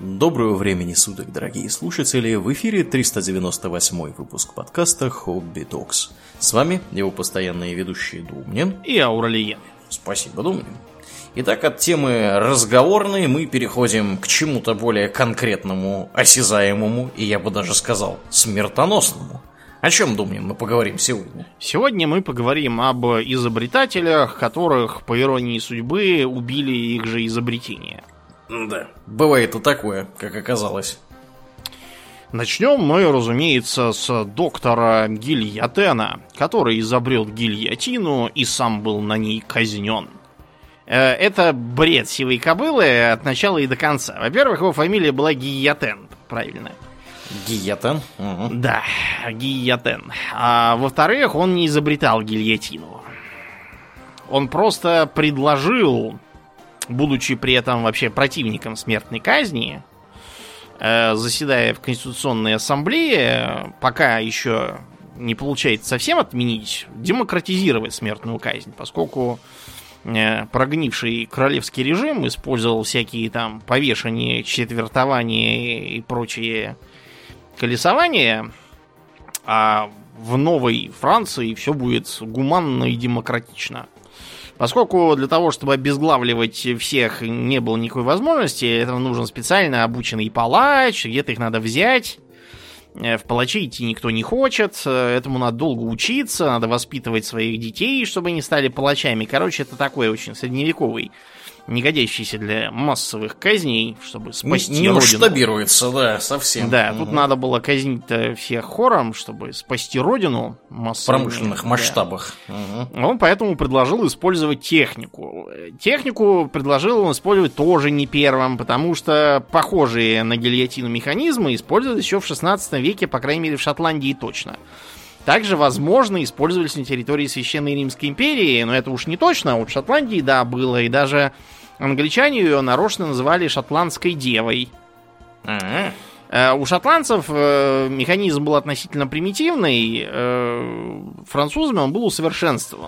Доброго времени суток, дорогие слушатели! В эфире 398 выпуск подкаста Hobby Talks. С вами его постоянные ведущие Думнин и Ауралиен. Спасибо, Думнин. Итак, от темы разговорной мы переходим к чему-то более конкретному, осязаемому и, я бы даже сказал, смертоносному. О чем, Думнин, мы поговорим сегодня? Сегодня мы поговорим об изобретателях, которых, по иронии судьбы, убили их же изобретения. Да, бывает и такое, как оказалось. Начнем мы, разумеется, с доктора Гильотена, который изобрел гильотину и сам был на ней казнен. Это бред сивой кобылы от начала и до конца. Во-первых, его фамилия была Гильотен, правильно. Гильотен? Угу. Да, Гильотен. А во-вторых, он не изобретал гильотину. Он просто предложил, будучи при этом вообще противником смертной казни, заседая в Конституционной Ассамблее, пока еще не получается совсем отменить, демократизировать смертную казнь, поскольку прогнивший королевский режим использовал всякие там повешения, четвертования и прочие колесования, а в новой Франции все будет гуманно и демократично. Поскольку для того, чтобы обезглавливать всех, не было никакой возможности, этого нужен специально обученный палач, где-то их надо взять. В палачи идти никто не хочет, этому надо долго учиться, надо воспитывать своих детей, чтобы они стали палачами. Короче, это такой очень средневековый, не годящийся для массовых казней, чтобы спасти не родину. масштабируется, да, совсем. Да, тут надо было казнить-то всех хором, чтобы спасти родину массовыми. В промышленных масштабах. Он поэтому предложил использовать технику. Технику предложил он использовать тоже не первым, потому что похожие на гильотину механизмы использовались еще в 16 веке, по крайней мере в Шотландии точно. Также, возможно, использовались на территории Священной Римской империи, но это уж не точно. Вот в Шотландии, да, было, и даже англичане ее нарочно называли шотландской девой. У шотландцев механизм был относительно примитивный, французами он был усовершенствован.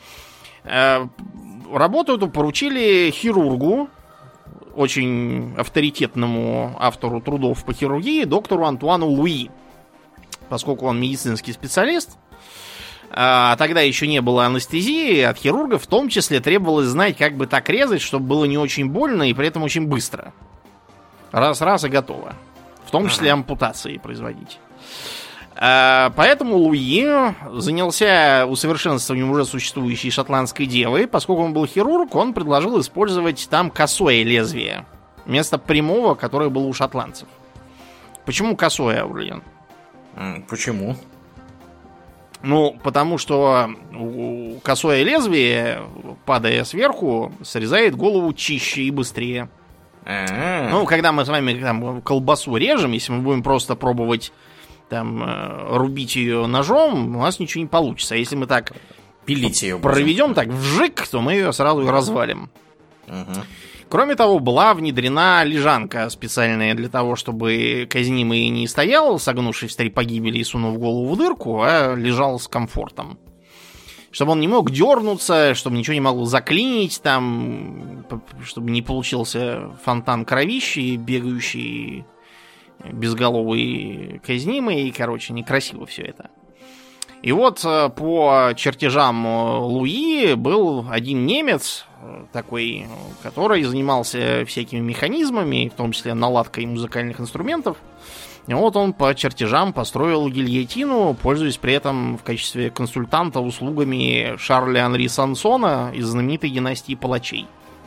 Работу эту поручили хирургу, очень авторитетному автору трудов по хирургии, доктору Антуану Луи. Поскольку он медицинский специалист, а тогда еще не было анестезии, от хирурга в том числе требовалось знать, как бы так резать, чтобы было не очень больно и при этом очень быстро. Раз-раз и готово. В том числе ампутации производить. Поэтому Луи занялся усовершенствованием уже существующей шотландской девы. Поскольку он был хирург, он предложил использовать там косое лезвие вместо прямого, которое было у шотландцев. Почему косое, Аурлиен? Почему? Ну, потому что косое лезвие, падая сверху, срезает голову чище и быстрее. Ну, когда мы с вами там колбасу режем, если мы будем просто пробовать там рубить ее ножом, у нас ничего не получится. А если мы так пилить ее проведем так вжик, то мы ее сразу и развалим. Кроме того, была внедрена лежанка специальная для того, чтобы казнимый не стоял, согнувшись в три погибели и сунув голову в дырку, а лежал с комфортом. Чтобы он не мог дернуться, чтобы ничего не могло заклинить, там, чтобы не получился фонтан кровищи, бегающий, безголовый казнимый. Короче, некрасиво все это. И вот по чертежам Луи был один немец такой, который занимался всякими механизмами, в том числе наладкой музыкальных инструментов. И вот он по чертежам построил гильотину, пользуясь при этом в качестве консультанта услугами Шарля Анри Сансона из знаменитой династии палачей.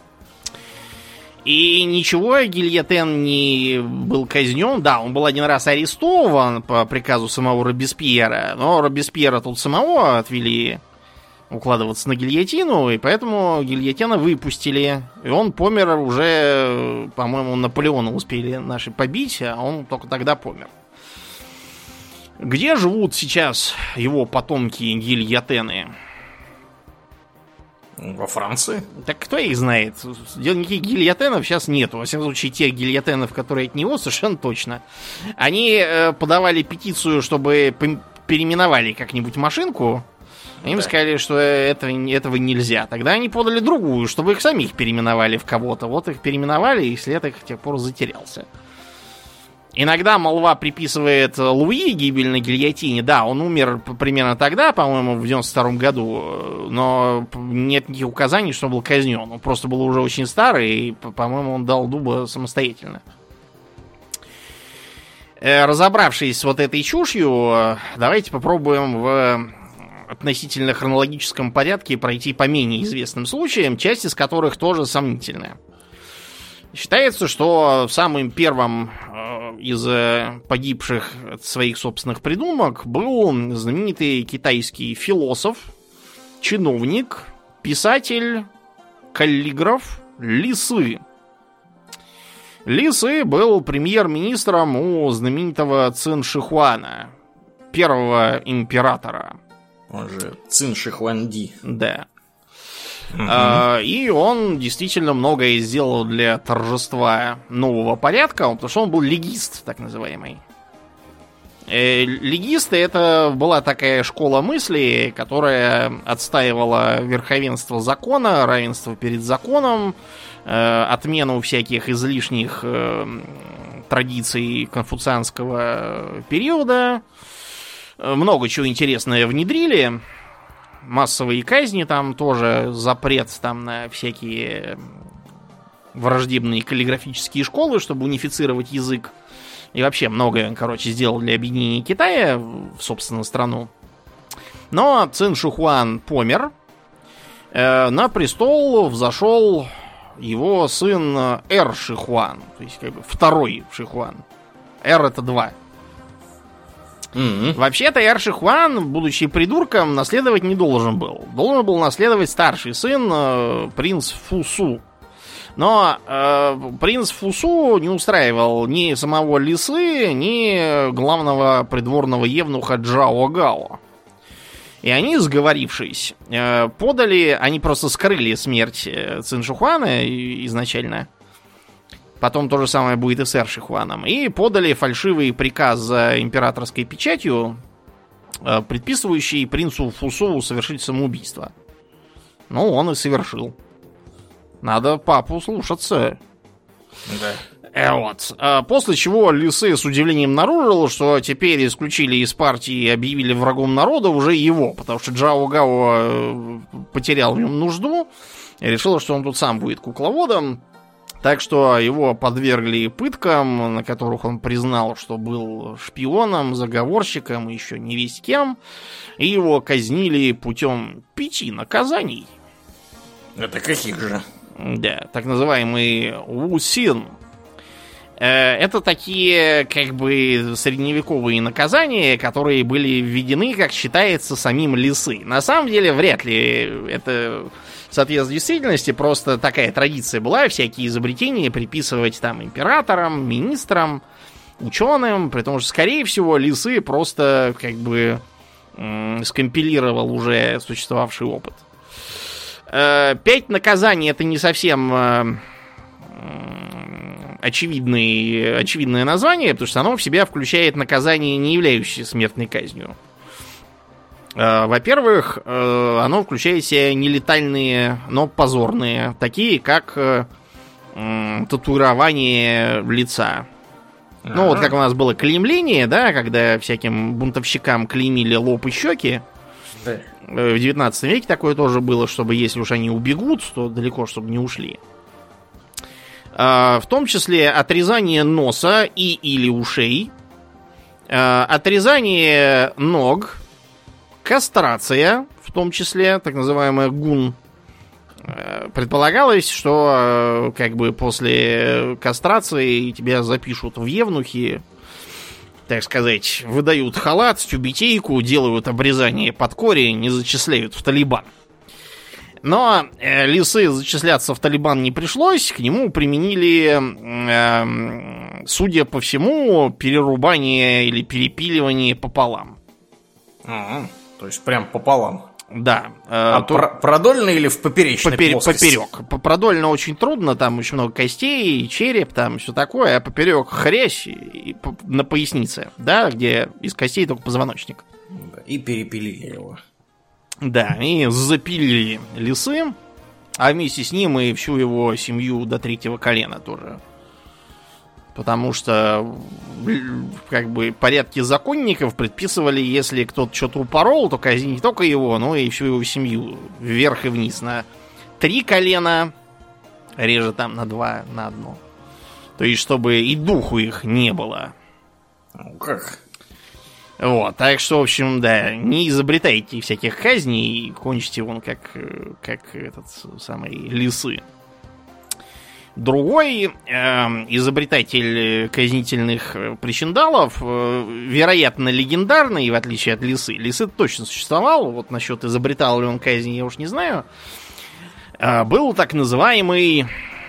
И ничего, Гильотен не был казнен. Да, он был один раз арестован по приказу самого Робеспьера, но Робеспьера тут самого отвели укладываться на гильотину, и поэтому Гильотена выпустили. И он помер уже, по-моему, Наполеона успели наши побить, а он только тогда помер. Где живут сейчас его потомки Гильотены? Во Франции? Так кто их знает? Никаких гильотенов сейчас нету. Во всяком случае, тех гильотенов, которые от него, совершенно точно. Они подавали петицию, чтобы переименовали как-нибудь машинку. Им сказали, что этого нельзя. Тогда они подали другую, чтобы их самих переименовали в кого-то. Вот их переименовали, и след их с тех пор затерялся. Иногда молва приписывает Луи гибель на гильотине. Да, он умер примерно тогда, по-моему, в 92 году. Но нет никаких указаний, что он был казнен. Он просто был уже очень старый, и, по-моему, он дал дуба самостоятельно. Разобравшись с вот этой чушью, давайте попробуем в относительно хронологическом порядке пройти по менее известным случаям, часть из которых тоже сомнительная. Считается, что самым первым из погибших от своих собственных придумок был знаменитый китайский философ, чиновник, писатель, каллиграф Ли Сы. Ли Сы был премьер-министром у знаменитого Цин Шихуана, первого императора. Он же Цин Шихуанди. Да. И он действительно многое сделал для торжества нового порядка, потому что он был легист, так называемый. Легисты — это была такая школа мысли, которая отстаивала верховенство закона, равенство перед законом, отмену всяких излишних традиций конфуцианского периода. Много чего интересного внедрили. Массовые казни там тоже, запрет там на всякие враждебные каллиграфические школы, чтобы унифицировать язык. И вообще многое, сделал для объединения Китая в собственную страну. Но Цин Шихуан помер. На престол взошел его сын Эр Шихуан. То есть, второй Шихуан. Эр — это 2. Вообще-то Эр Шихуан, будучи придурком, наследовать не должен был. Должен был наследовать старший сын, принц Фусу. Но принц Фусу не устраивал ни самого Ли Сы, ни главного придворного евнуха Джао Гао. И они, сговорившись, они просто скрыли смерть Цин Шихуана изначально. Потом то же самое будет и с Эр Шихуаном. И подали фальшивый приказ за императорской печатью, предписывающий принцу Фусу совершить самоубийство. Ну, он и совершил. Надо папу слушаться. Да. После чего Ли Сы с удивлением обнаружил, что теперь исключили из партии и объявили врагом народа уже его, потому что Джао Гао потерял в нем нужду и решил, что он тут сам будет кукловодом. Так что его подвергли пыткам, на которых он признал, что был шпионом, заговорщиком и еще не весть кем. И его казнили путем 5 наказаний. Это каких же? Да, так называемый Вусин. Это такие, средневековые наказания, которые были введены, как считается, самим Ли Сы. На самом деле, вряд ли это соответствует действительности, просто такая традиция была, всякие изобретения приписывать там императорам, министрам, ученым, при том, что, скорее всего, Ли Сы просто скомпилировал уже существовавший опыт. 5 наказаний — это не совсем очевидное название, потому что оно в себя включает наказание, не являющееся смертной казнью. Во-первых, оно включает в себя нелетальные, но позорные, такие как татуирование лица. Ну, вот как у нас было клеймление, да, когда всяким бунтовщикам клеймили лоб и щеки. Да. В 19 веке такое тоже было, чтобы если уж они убегут, то далеко, чтобы не ушли. В том числе отрезание носа или ушей, отрезание ног, кастрация, в том числе, так называемая гун. Предполагалось, что после кастрации тебя запишут в евнухи, так сказать, выдают халат, тюбетейку, делают обрезание под корень и зачисляют в Талибан. Но Ли Сы зачисляться в Талибан не пришлось, к нему применили, судя по всему, перерубание или перепиливание пополам. То есть прям пополам. Да. Продольно или в поперечной плоскости? Поперек. Продольно очень трудно, там очень много костей, череп, там все такое, а поперек хрящ на пояснице, да, где из костей только позвоночник. И перепилили его. Да, и запилили Ли Сы, а вместе с ним и всю его семью до 3-го колена тоже Потому что как бы порядки законников предписывали, если кто-то что-то упорол, то казнить не только его, но и всю его семью вверх и вниз на 3 колена, реже там на 2, на 1. То есть, чтобы и духу их не было. Ну как? Вот, так что, в общем, да, не изобретайте всяких казней и кончите вон как этот самый лисы. Другой изобретатель казнительных причиндалов, вероятно, легендарный, в отличие от лисы. Лисы точно существовал, вот насчет изобретал ли он казни, я уж не знаю. Был так называемый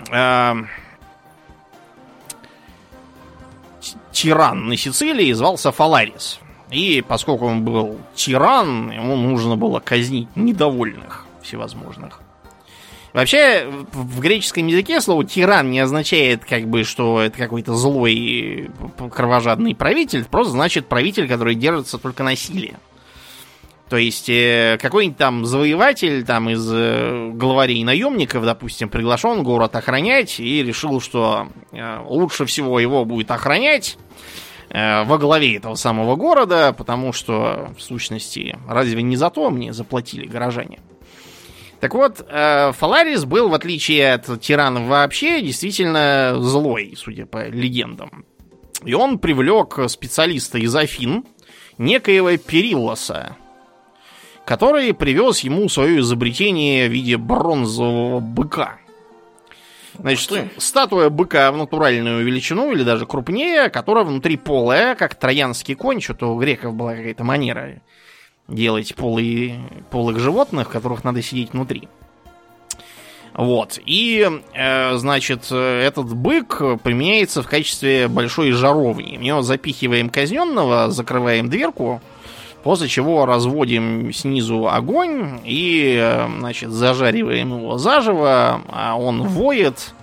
тиран на Сицилии, звался Фаларис. И поскольку он был тиран, ему нужно было казнить недовольных всевозможных. Вообще, в греческом языке слово «тиран» не означает, как бы, что это какой-то злой, кровожадный правитель. Это просто значит правитель, который держится только на силе. То есть, какой-нибудь там завоеватель там, из главарей наемников, допустим, приглашен город охранять и решил, что лучше всего его будет охранять во главе этого самого города, потому что, в сущности, разве не за то мне заплатили горожане? Так вот, Фаларис был, в отличие от тиранов вообще, действительно злой, судя по легендам. И он привлек специалиста из Афин, некоего Периллоса, который привез ему свое изобретение в виде бронзового быка. Значит, статуя быка в натуральную величину, или даже крупнее, которая внутри полая, как троянский конь, что-то у греков была какая-то манера делать полых животных, в которых надо сидеть внутри. Вот. И, значит, этот бык применяется в качестве большой жаровни. В него запихиваем казненного, закрываем дверку, после чего разводим снизу огонь и, значит, зажариваем его заживо, а он воет,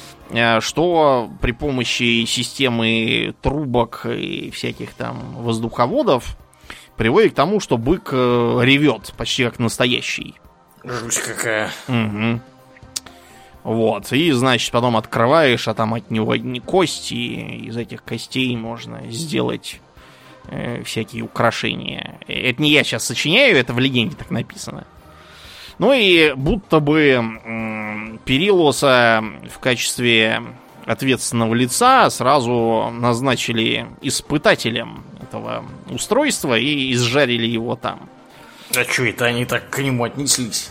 что при помощи системы трубок и всяких там воздуховодов приводит к тому, что бык ревет почти как настоящий. Жуть какая. Угу. Вот. И, значит, потом открываешь, а там от него одни кости, и из этих костей можно сделать всякие украшения. Это не я сейчас сочиняю, это в легенде так написано. Ну и будто бы Периллоса в качестве ответственного лица сразу назначили испытателем этого устройства и изжарили его там. А что это они так к нему отнеслись?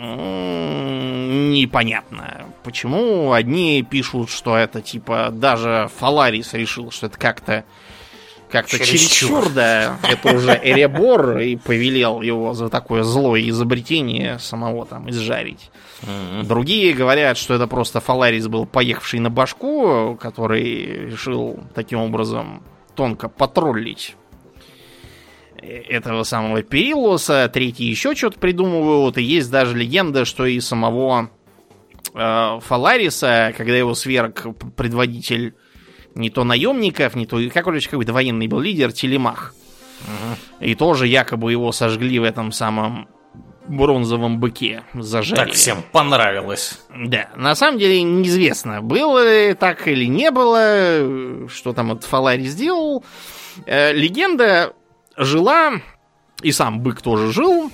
Непонятно. Почему одни пишут, что это типа даже Фаларис решил, что это как-то чересчур, да, это уже Эребор, и повелел его за такое злое изобретение самого там изжарить. Другие говорят, что это просто Фаларис был поехавший на башку, который решил таким образом тонко потроллить этого самого Периллоса. Третьи еще что-то придумывают. И есть даже легенда, что и самого Фалариса, когда его сверг предводитель не то наемников, не то какой-то военный был лидер, Телемах. И тоже якобы его сожгли в этом самом бронзовом быке, зажарили. Так всем понравилось. Да, на самом деле неизвестно, было ли так или не было, что там этот Фаларис сделал. Легенда жила, и сам бык тоже жил,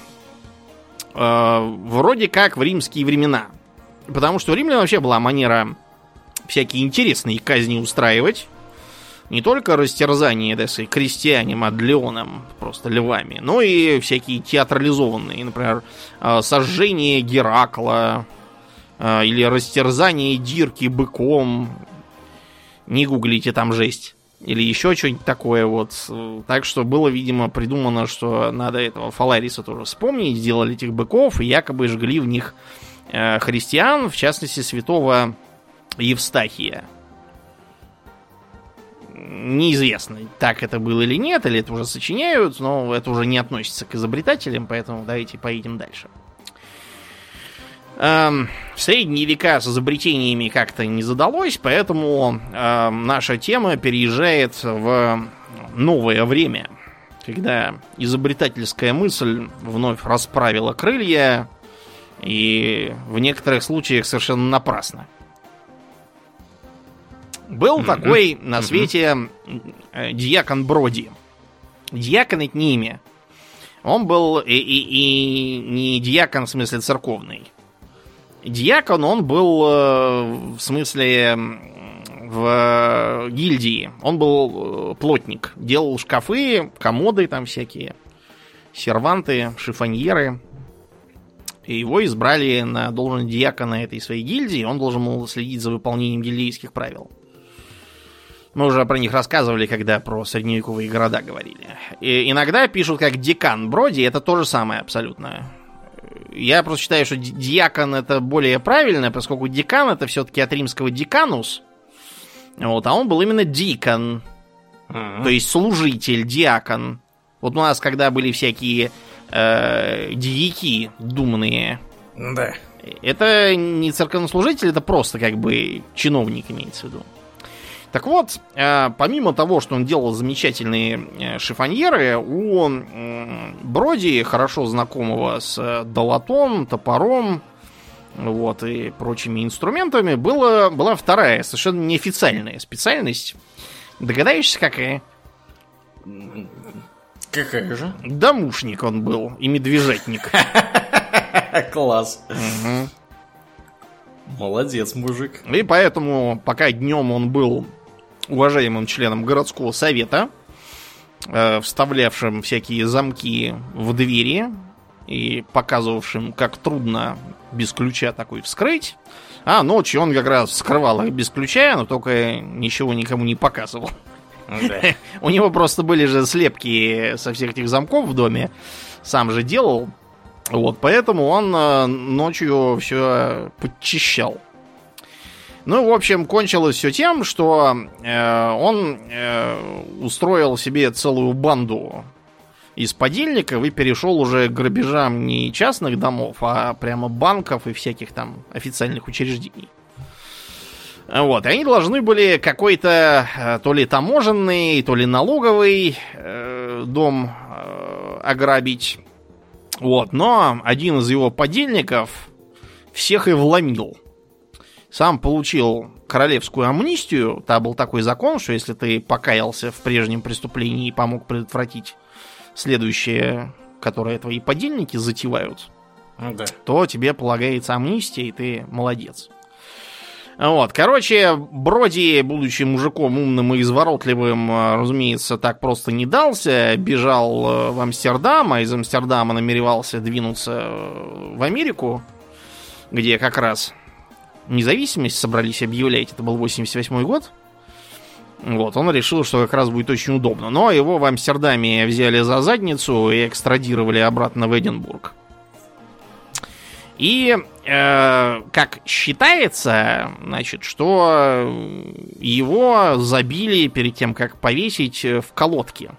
вроде как в римские времена. Потому что у римлян вообще была манера всякие интересные казни устраивать. Не только растерзание, так сказать, крестьянам, адлеоном, просто львами, но и всякие театрализованные. Например, сожжение Геракла или растерзание Дирки быком. Не гуглите, там жесть. Или еще что-нибудь такое вот. Так что было, видимо, придумано, что надо этого Фалариса тоже вспомнить. Сделали этих быков и якобы жгли в них христиан, в частности, святого Евстахия. Неизвестно, так это было или нет, или это уже сочиняют, но это уже не относится к изобретателям, поэтому давайте поедем дальше. В средние века с изобретениями как-то не задалось, поэтому наша тема переезжает в новое время, когда изобретательская мысль вновь расправила крылья, и в некоторых случаях совершенно напрасно. Был такой на свете дьякон Броди. Дьякон — это не имя. Он был и не дьякон в смысле церковный. Дьякон он был в смысле в гильдии. Он был плотник. Делал шкафы, комоды там всякие, серванты, шифоньеры. И его избрали на должность дьякона этой своей гильдии. Он должен был следить за выполнением гильдейских правил. Мы уже про них рассказывали, когда про средневековые города говорили. И иногда пишут как декан Броди, это то же самое абсолютно. Я просто считаю, что диакон это более правильно, поскольку декан это все-таки от римского деканус. Вот, а он был именно дикон. То есть служитель, диакон. Вот у нас, когда были всякие дьяки думные. Да. Это не церковнослужитель, это просто как бы чиновник имеется в виду. Так вот, помимо того, что он делал замечательные шифоньеры, у Броди, хорошо знакомого с долотом, топором, вот, и прочими инструментами, была вторая, совершенно неофициальная специальность. Догадаешься, какая? Какая же? Домушник он был, и медвежатник. Класс. Молодец, мужик. И поэтому, пока днем он был уважаемым членом городского совета, вставлявшим всякие замки в двери и показывавшим, как трудно без ключа такой вскрыть, а ночью он как раз вскрывал их без ключа, но только ничего никому не показывал. Да. У него просто были же слепки со всех этих замков в доме, сам же делал. Вот, поэтому он ночью все подчищал. Ну, в общем, кончилось все тем, что он устроил себе целую банду из подельников и перешел уже к грабежам не частных домов, а прямо банков и всяких там официальных учреждений. Вот, и они должны были какой-то то ли таможенный, то ли налоговый дом ограбить. Вот, но один из его подельников всех и вломил. Сам получил королевскую амнистию. Там был такой закон, что если ты покаялся в прежнем преступлении и помог предотвратить следующее, которое твои подельники затевают, то тебе полагается амнистия, и ты молодец. Вот, короче, Броди, будучи мужиком умным и изворотливым, разумеется, так просто не дался. Бежал в Амстердам, а из Амстердама намеревался двинуться в Америку, где как раз независимость собрались объявлять. Это был 88 год. Вот, он решил, что как раз будет очень удобно. Но его в Амстердаме взяли за задницу и экстрадировали обратно в Эдинбург. И, как считается, значит, что его забили перед тем, как повесить, в колодки.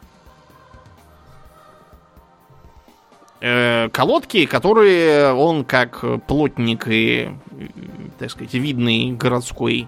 Колодки, которые он, как плотник и, так сказать, видный городской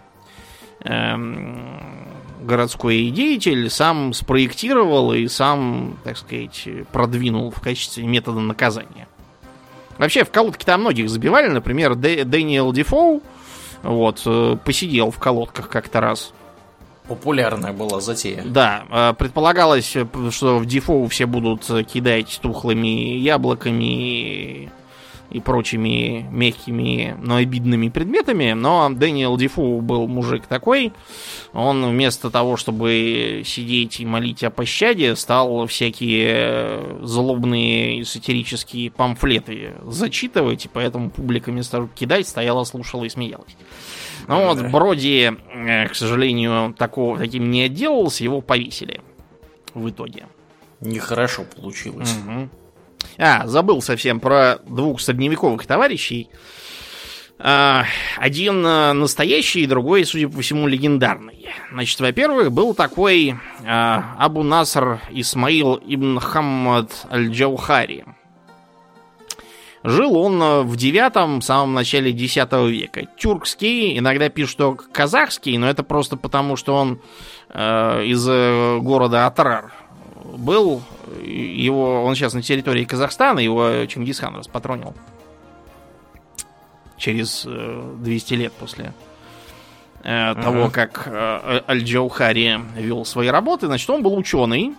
деятель, сам спроектировал и сам, так сказать, продвинул в качестве метода наказания. Вообще, в колодки там многих забивали. Например, Дэниел Дефоу вот, посидел в колодках как-то раз. Популярная была затея. Да, предполагалось, что в Дефоу все будут кидать тухлыми яблоками и прочими мягкими, но обидными предметами. Но Дэниел Дефоу был мужик такой. Он вместо того, чтобы сидеть и молить о пощаде, стал всякие злобные сатирические памфлеты зачитывать, и поэтому публика вместо того, чтобы кидать, стояла, слушала и смеялась. Ну вот, Броди, к сожалению, таким не отделался, его повесили в итоге. Нехорошо получилось. Угу. Забыл совсем про двух средневековых товарищей. Один настоящий, другой, судя по всему, легендарный. Значит, во-первых, был такой Абу Наср Исмаил ибн Хаммад аль-Джаухари. Жил он в 9-м, самом начале 10 века. Тюркский, иногда пишут, что казахский, но это просто потому, что он из города Атрар был. Он сейчас на территории Казахстана, его Чингисхан распатронил через 200 лет после того, как Аль-Джаухари вел свои работы, значит, он был ученый.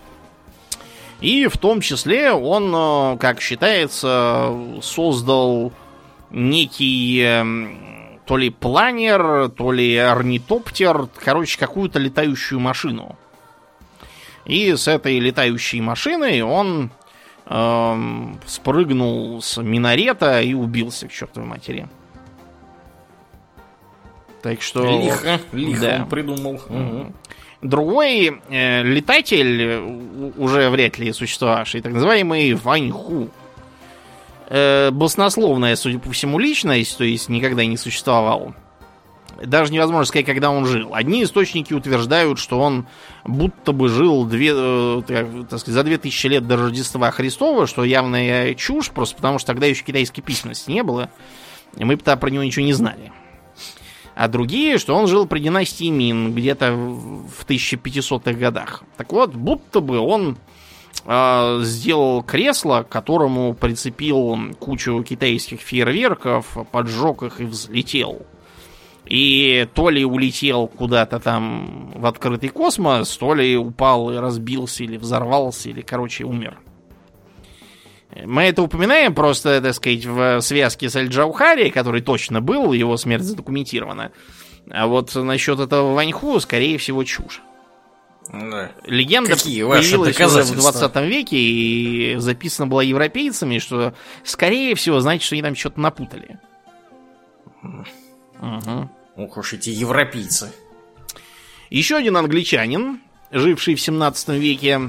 И в том числе он, как считается, создал некий то ли планер, то ли орнитоптер, короче, какую-то летающую машину. И с этой летающей машиной он спрыгнул с минарета и убился к чертовой матери. Так что... Лихо да. Он придумал. Другой летатель, уже вряд ли существовавший, так называемый Ваньху. Баснословная, судя по всему, личность, то есть никогда не существовал. Даже невозможно сказать, когда он жил. Одни источники утверждают, что он будто бы жил за 2000 лет до Рождества Христова, что явная чушь, просто потому что тогда еще китайской письменности не было, и мы тогда про него ничего не знали. А другие, что он жил при династии Мин, где-то в 1500-х годах. Так вот, будто бы он сделал кресло, к которому прицепил кучу китайских фейерверков, поджег их и взлетел. И то ли улетел куда-то там в открытый космос, то ли упал и разбился, или взорвался, или, короче, умер. Мы это упоминаем просто, так сказать, в связке с Аль-Джаухари, который точно был, его смерть задокументирована. А вот насчет этого Ваньху, скорее всего, чушь. Да. Легенда появилась уже в 20 веке и записана была европейцами, что, скорее всего, значит, что они там что-то напутали. Угу. Ох уж эти европейцы. Еще один англичанин, живший в 17 веке,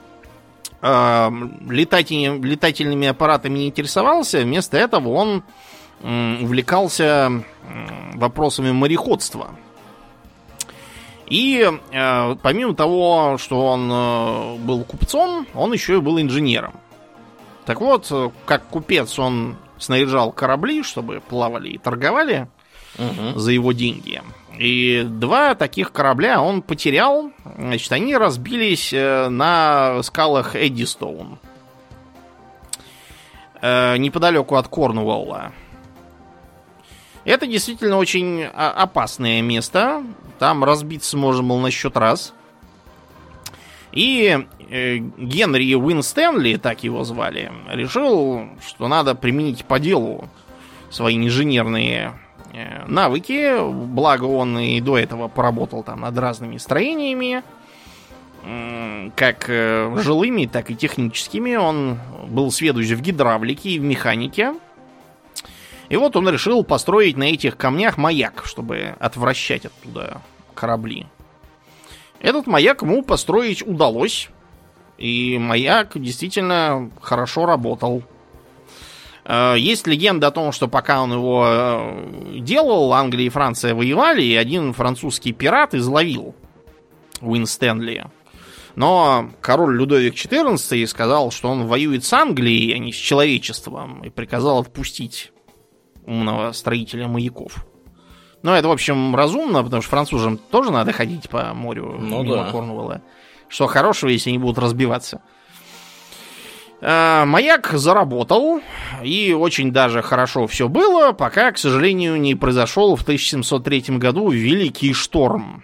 летательными аппаратами не интересовался. Вместо этого он увлекался вопросами мореходства. И помимо того, что он был купцом, он еще и был инженером. Так вот, как купец он снаряжал корабли, чтобы плавали и торговали за его деньги. И 2 таких корабля он потерял. Значит, они разбились на скалах Эддистоун, неподалеку от Корнуолла. Это действительно очень опасное место. Там разбиться можно было на счет раз. И Генри Уинстенли, так его звали, решил, что надо применить по делу свои инженерные навыки. Благо он и до этого поработал там над разными строениями, как жилыми, так и техническими. Он был сведущ в гидравлике и в механике. И вот он решил построить на этих камнях маяк, чтобы отвращать оттуда корабли. Этот маяк ему построить удалось. И маяк действительно хорошо работал. Есть легенда о том, что пока он его делал, Англия и Франция воевали, и один французский пират изловил Уинстенли. Но король Людовик XIV сказал, что он воюет с Англией, а не с человечеством, и приказал отпустить умного строителя маяков. Но это, в общем, разумно, потому что французам тоже надо ходить по морю мимо Корнуолла. Что хорошего, если они будут разбиваться. Маяк заработал, и очень даже хорошо все было, пока, к сожалению, не произошел в 1703 году великий шторм.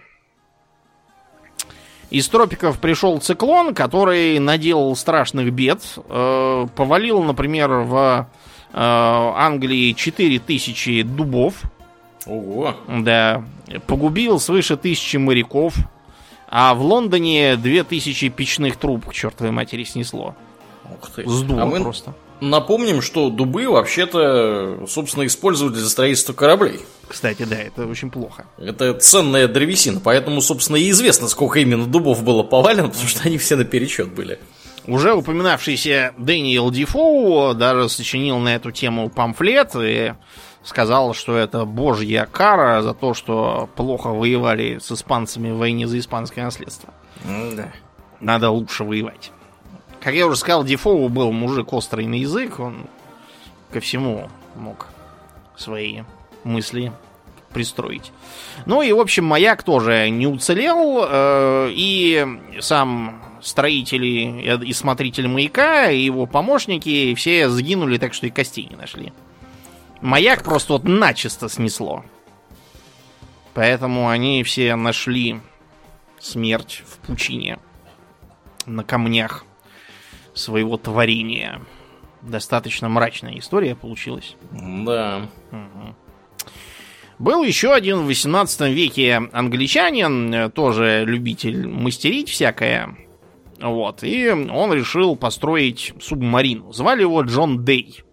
Из тропиков пришел циклон, который наделал страшных бед. Повалил, например, в Англии 4000 дубов. Ого! Да. Погубил свыше 1000 моряков. А в Лондоне 2000 печных труб к чертовой матери снесло. Ух ты. Сдуло просто. Напомним, что дубы вообще-то, собственно, используют для строительства кораблей. Кстати, да, это очень плохо. Это ценная древесина, поэтому, собственно, и известно, сколько именно дубов было повалено, потому что они все наперечет были. Уже упоминавшийся Дэниел Дефоу даже сочинил на эту тему памфлет и сказал, что это божья кара за то, что плохо воевали с испанцами в войне за испанское наследство. Да. Надо лучше воевать. Как я уже сказал, Дефоу был мужик острый на язык, он ко всему мог свои мысли пристроить. Ну и, в общем, маяк тоже не уцелел, и сам строители и смотритель маяка, и его помощники все сгинули, так что и костей не нашли. Маяк просто вот начисто снесло. Поэтому они все нашли смерть в пучине, на камнях своего творения. Достаточно мрачная история получилась. Да. Угу. Был еще один в 18 веке англичанин, тоже любитель мастерить всякое. Вот. И он решил построить субмарину. Звали его Джон Дэй.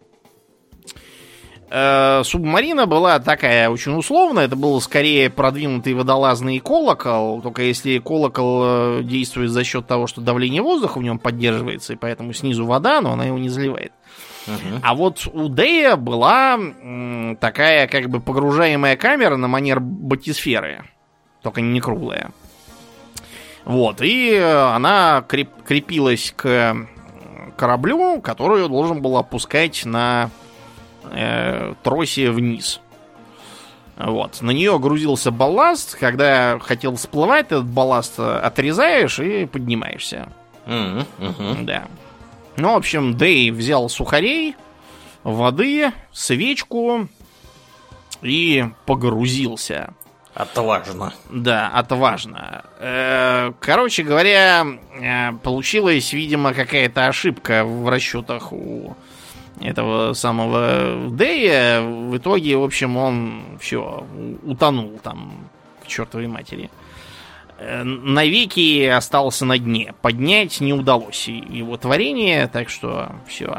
Субмарина была такая очень условная. Это был скорее продвинутый водолазный колокол. Только если колокол действует за счет того, что давление воздуха в нем поддерживается, и поэтому снизу вода, но она его не заливает. А вот у Дэя была такая как бы погружаемая камера на манер батисферы. Только не круглая. Вот. И она крепилась к кораблю, который должен был опускать на тросе вниз. Вот. На нее грузился балласт. Когда хотел всплывать, этот балласт отрезаешь и поднимаешься. Да. Ну, в общем, Дэй взял сухарей, воды, свечку и погрузился. Отважно. Да, отважно. Короче говоря, получилась, видимо, какая-то ошибка в расчетах у этого самого Дэя. В итоге, в общем, он все утонул там к чертовой матери. Навеки остался на дне. Поднять не удалось его творение, так что все.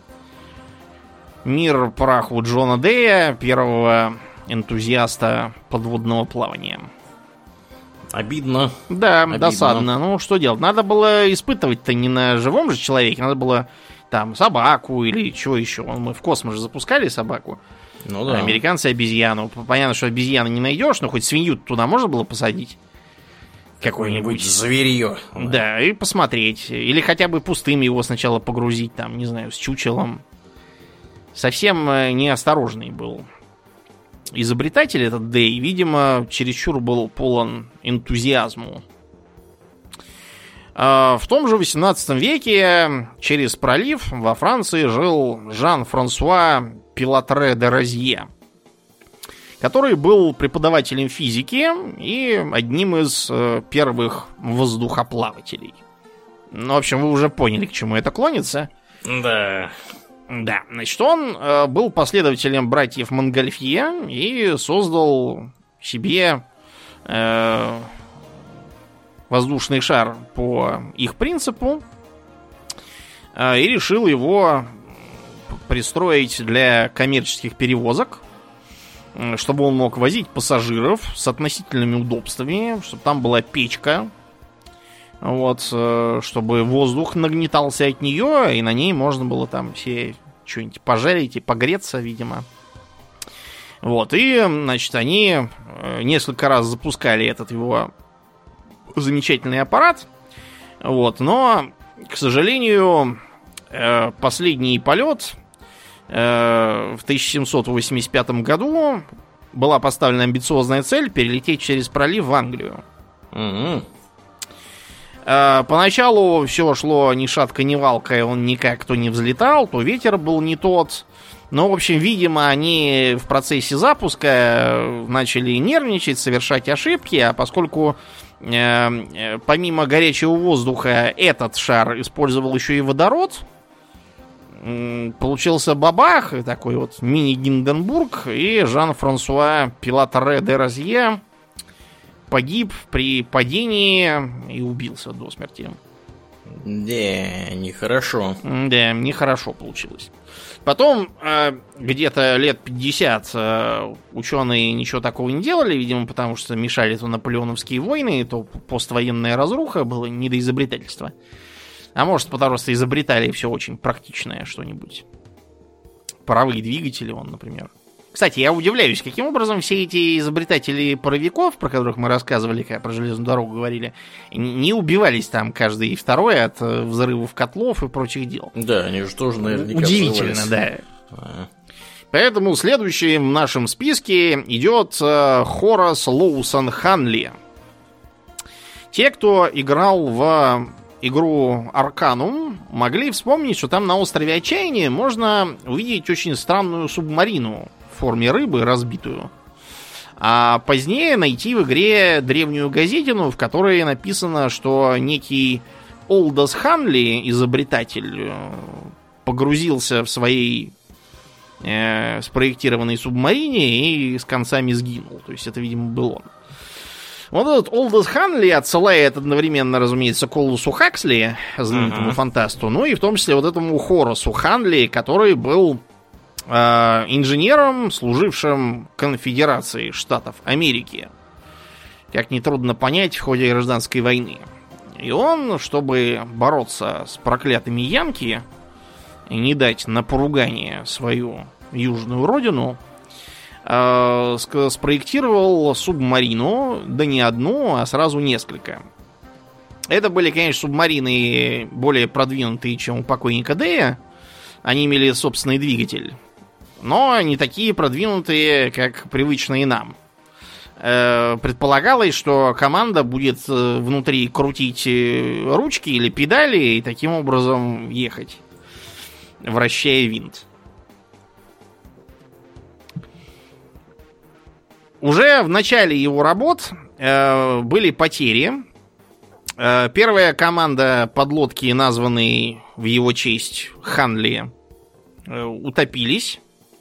Мир праху Джона Дэя, первого энтузиаста подводного плавания. Обидно. Да, обидно. Досадно. Ну, что делать? Надо было испытывать-то не на живом же человеке, надо было там собаку или чего еще. Мы в космос же запускали собаку. Ну да. Американцы обезьяну. Понятно, что обезьяны не найдешь, но хоть свинью туда можно было посадить. Какое-нибудь зверье. Да, и посмотреть. Или хотя бы пустым его сначала погрузить, там, не знаю, с чучелом. Совсем неосторожный был изобретатель этот Дэй. Видимо, чересчур был полон энтузиазму. В том же 18 веке через пролив во Франции жил Жан-Франсуа Пилатре де Розье, который был преподавателем физики и одним из первых воздухоплавателей. Ну, в общем, вы уже поняли, к чему это клонится. Да. Да, значит, он был последователем братьев Монгольфье и создал себе воздушный шар по их принципу и решил его пристроить для коммерческих перевозок, чтобы он мог возить пассажиров с относительными удобствами, чтобы там была печка, вот, чтобы воздух нагнетался от нее, и на ней можно было там все что-нибудь пожарить и погреться, видимо. Вот, и, значит, они несколько раз запускали этот его замечательный аппарат, вот, но, к сожалению, последний полет в 1785 году была поставлена амбициозная цель перелететь через пролив в Англию. Поначалу все шло ни шатка, ни валка, и он никак то не взлетал, то ветер был не тот. Но, в общем, видимо, они в процессе запуска начали нервничать, совершать ошибки, а поскольку помимо горячего воздуха этот шар использовал еще и водород, получился бабах, такой вот мини-Гинденбург, и Жан-Франсуа Пилатре де Розье погиб при падении и убился до смерти. Да, нехорошо. Да, нехорошо получилось. Потом, где-то лет 50 ученые ничего такого не делали, видимо, потому что мешали то наполеоновские войны, то поствоенная разруха, было не до изобретательства. А может, потому что изобретали все очень практичное что-нибудь. Паровые двигатели, например. Кстати, я удивляюсь, каким образом все эти изобретатели паровиков, про которых мы рассказывали, когда про железную дорогу говорили, не убивались там каждый второй от взрывов котлов и прочих дел. Да, они же тоже наверняка удивительно, взрывались. Да. Поэтому следующим в нашем списке идет Хорас Лоусон Ханли. Те, кто играл в игру Арканум, могли вспомнить, что там на острове Отчаяния можно увидеть очень странную субмарину в форме рыбы, разбитую. А позднее найти в игре древнюю газетину, в которой написано, что некий Олдос Ханли, изобретатель, погрузился в своей спроектированной субмарине и с концами сгинул. То есть это, видимо, был он. Вот этот Олдос Ханли отсылает одновременно, разумеется, Колусу Хаксли, знаменитому фантасту, ну и в том числе вот этому Хорасу Ханли, который был инженером, служившим Конфедерации Штатов Америки. Как нетрудно понять, в ходе гражданской войны. И он, чтобы бороться с проклятыми янки и не дать на поругание свою южную родину, спроектировал субмарину, да не одну, а сразу несколько. Это были, конечно, субмарины более продвинутые, чем у покойника Дэя. Они имели собственный двигатель, но не такие продвинутые, как привычные нам. Предполагалось, что команда будет внутри крутить ручки или педали и таким образом ехать, вращая винт. Уже в начале его работ были потери. Первая команда подлодки, названной в его честь Ханли, утопились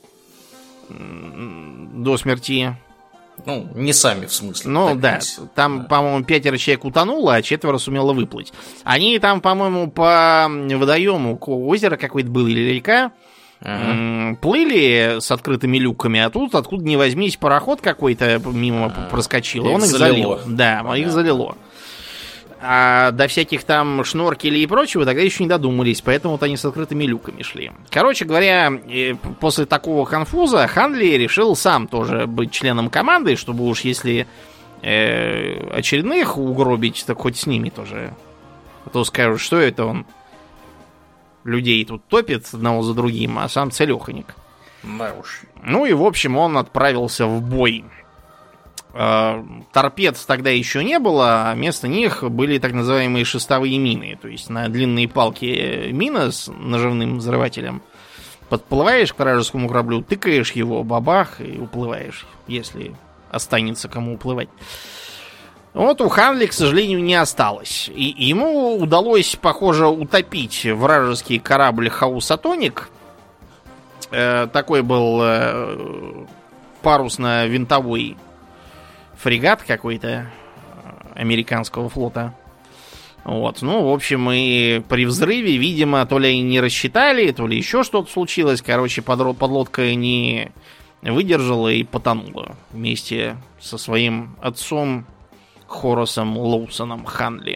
до смерти. Ну, не сами, в смысле. Ну, да. Там, по-моему, 5 человек утонуло, а 4 сумело выплыть. Они там, по-моему, по водоему озера какое-то было или река, плыли с открытыми люками, а тут, откуда ни возьмись, пароход какой-то мимо проскочил, он их залил. Да, их залило. А до всяких там шноркелей и прочего тогда еще не додумались, поэтому вот они с открытыми люками шли. Короче говоря, после такого конфуза Ханли решил сам тоже быть членом команды, чтобы уж если очередных угробить, так хоть с ними тоже. А то скажут, что это он людей тут топит одного за другим, а сам целеханик. Да уж. Ну и, в общем, он отправился в бой. Торпед тогда еще не было, а вместо них были так называемые шестовые мины. То есть на длинные палки мина с наживным взрывателем. Подплываешь к вражескому кораблю, тыкаешь его, бабах, и уплываешь, если останется кому уплывать. Вот у Ханли, к сожалению, не осталось. И ему удалось, похоже, утопить вражеский корабль Хаусатоник. Такой был парусно-винтовой фрегат какой-то американского флота. Вот. Ну, в общем, и при взрыве, видимо, то ли не рассчитали, то ли еще что-то случилось. Короче, подлодка не выдержала и потонула вместе со своим отцом Хорасом Лоусоном Ханли.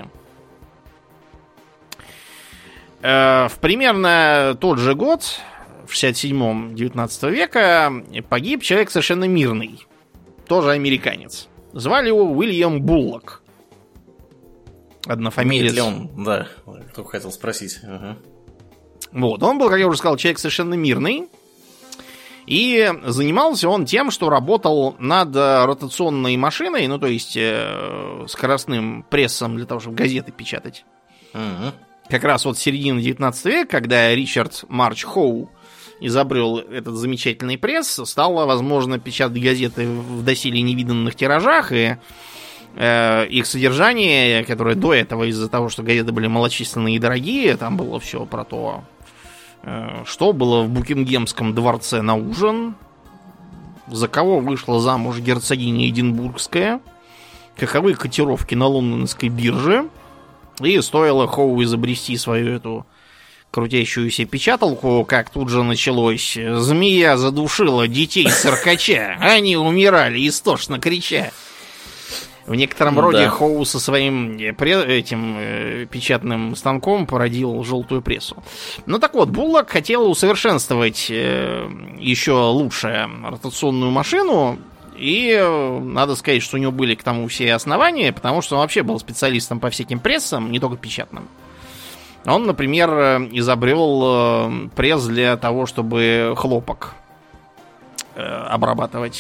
В примерно тот же год, в 67-м 19 века, погиб человек совершенно мирный. Тоже американец. Звали его Уильям Буллок. Однофамилец. Ли он? Да, только хотел спросить. Ага. Вот, он был, как я уже сказал, человек совершенно мирный. И занимался он тем, что работал над ротационной машиной, ну, то есть скоростным прессом для того, чтобы газеты печатать. Угу. Как раз вот с середины 19 века, когда Ричард Марч Хоу изобрел этот замечательный пресс, стало возможно печатать газеты в доселе невиданных тиражах, и их содержание, которое до этого из-за того, что газеты были малочисленные и дорогие, там было все про то, что было в Букингемском дворце на ужин, за кого вышла замуж герцогиня Эдинбургская, каковы котировки на лондонской бирже, и стоило Хоу изобрести свою эту крутящуюся печаталку, как тут же началось: змея задушила детей циркача, они умирали, истошно крича. В некотором роде Хоу со своим этим печатным станком породил желтую прессу. Ну так вот, Буллок хотел усовершенствовать еще лучше ротационную машину, и надо сказать, что у него были к тому все основания, потому что он вообще был специалистом по всяким прессам, не только печатным. Он, например, изобрел пресс для того, чтобы хлопок обрабатывать.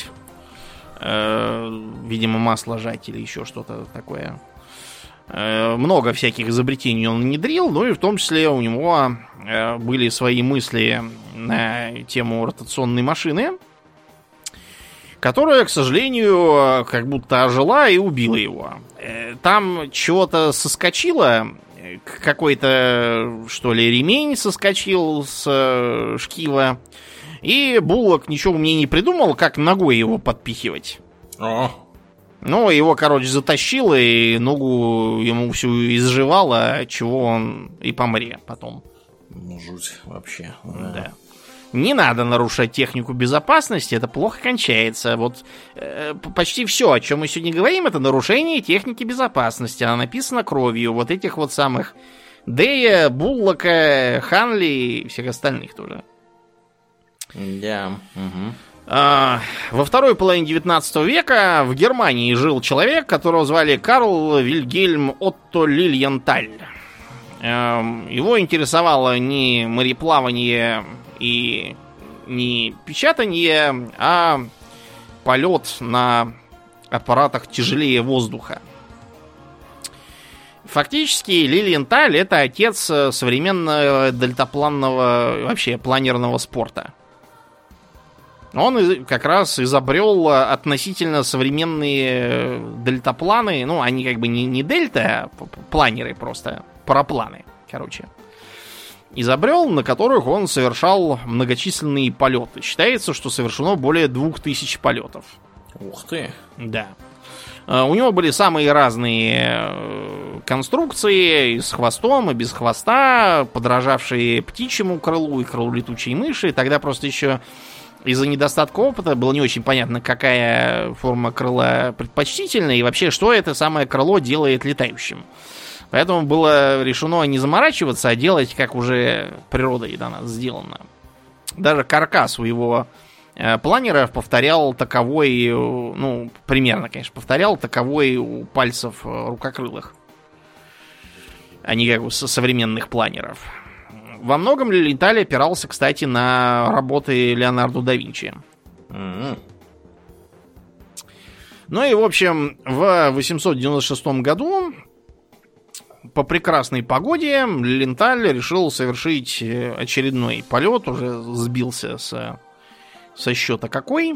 Видимо, масло жать или еще что-то такое. Много всяких изобретений он внедрил, ну и в том числе у него были свои мысли на тему ротационной машины, которая, к сожалению, как будто ожила и убила его. Там чего-то соскочило, какой-то, что ли, ремень соскочил с шкива, и Буллок ничего мне не придумал, как ногой его подпихивать. Ну, его, короче, затащило, и ногу ему всю изживало, чего он и помре потом. Ну, жуть вообще. Да. Не надо нарушать технику безопасности, это плохо кончается. Вот почти все, о чем мы сегодня говорим, это нарушение техники безопасности. Она написана кровью вот этих вот самых Дэя, Буллока, Ханли и всех остальных тоже. Да. Угу. Во второй половине 19 века в Германии жил человек, которого звали Карл Вильгельм Отто Лильенталь. Его интересовало не мореплавание и не печатание, а полет на аппаратах тяжелее воздуха. Фактически Лильенталь — это отец современного дельтапланного, вообще планерного спорта. Он как раз изобрел относительно современные дельтапланы. Ну, они как бы не дельта, а планеры просто. Парапланы, короче. Изобрел, на которых он совершал многочисленные полеты. Считается, что совершено более 2000 полетов. Ух ты. Да. У него были самые разные конструкции, с хвостом и без хвоста, подражавшие птичьему крылу и крылу летучей мыши. Тогда просто еще из-за недостатка опыта было не очень понятно, какая форма крыла предпочтительна и вообще, что это самое крыло делает летающим. Поэтому было решено не заморачиваться, а делать, как уже природой до нас сделано. Даже каркас у его планеров повторял таковой, ну, примерно, конечно, повторял таковой у пальцев рукокрылых, а не как у современных планеров. Во многом Лильенталь опирался, кстати, на работы Леонардо да Винчи. Mm-hmm. Ну и, в общем, в 896 году по прекрасной погоде Лильенталь решил совершить очередной полет, уже сбился со счета какой.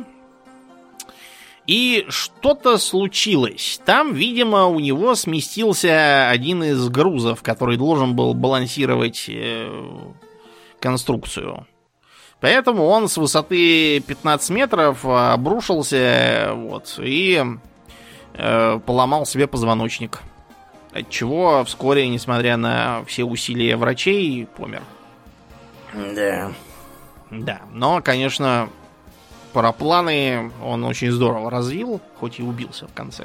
И что-то случилось. Там, видимо, у него сместился один из грузов, который должен был балансировать конструкцию. Поэтому он с высоты 15 метров обрушился вот, и поломал себе позвоночник. Отчего вскоре, несмотря на все усилия врачей, помер. Да. Да, но, конечно, парапланы он очень здорово развил, хоть и убился в конце.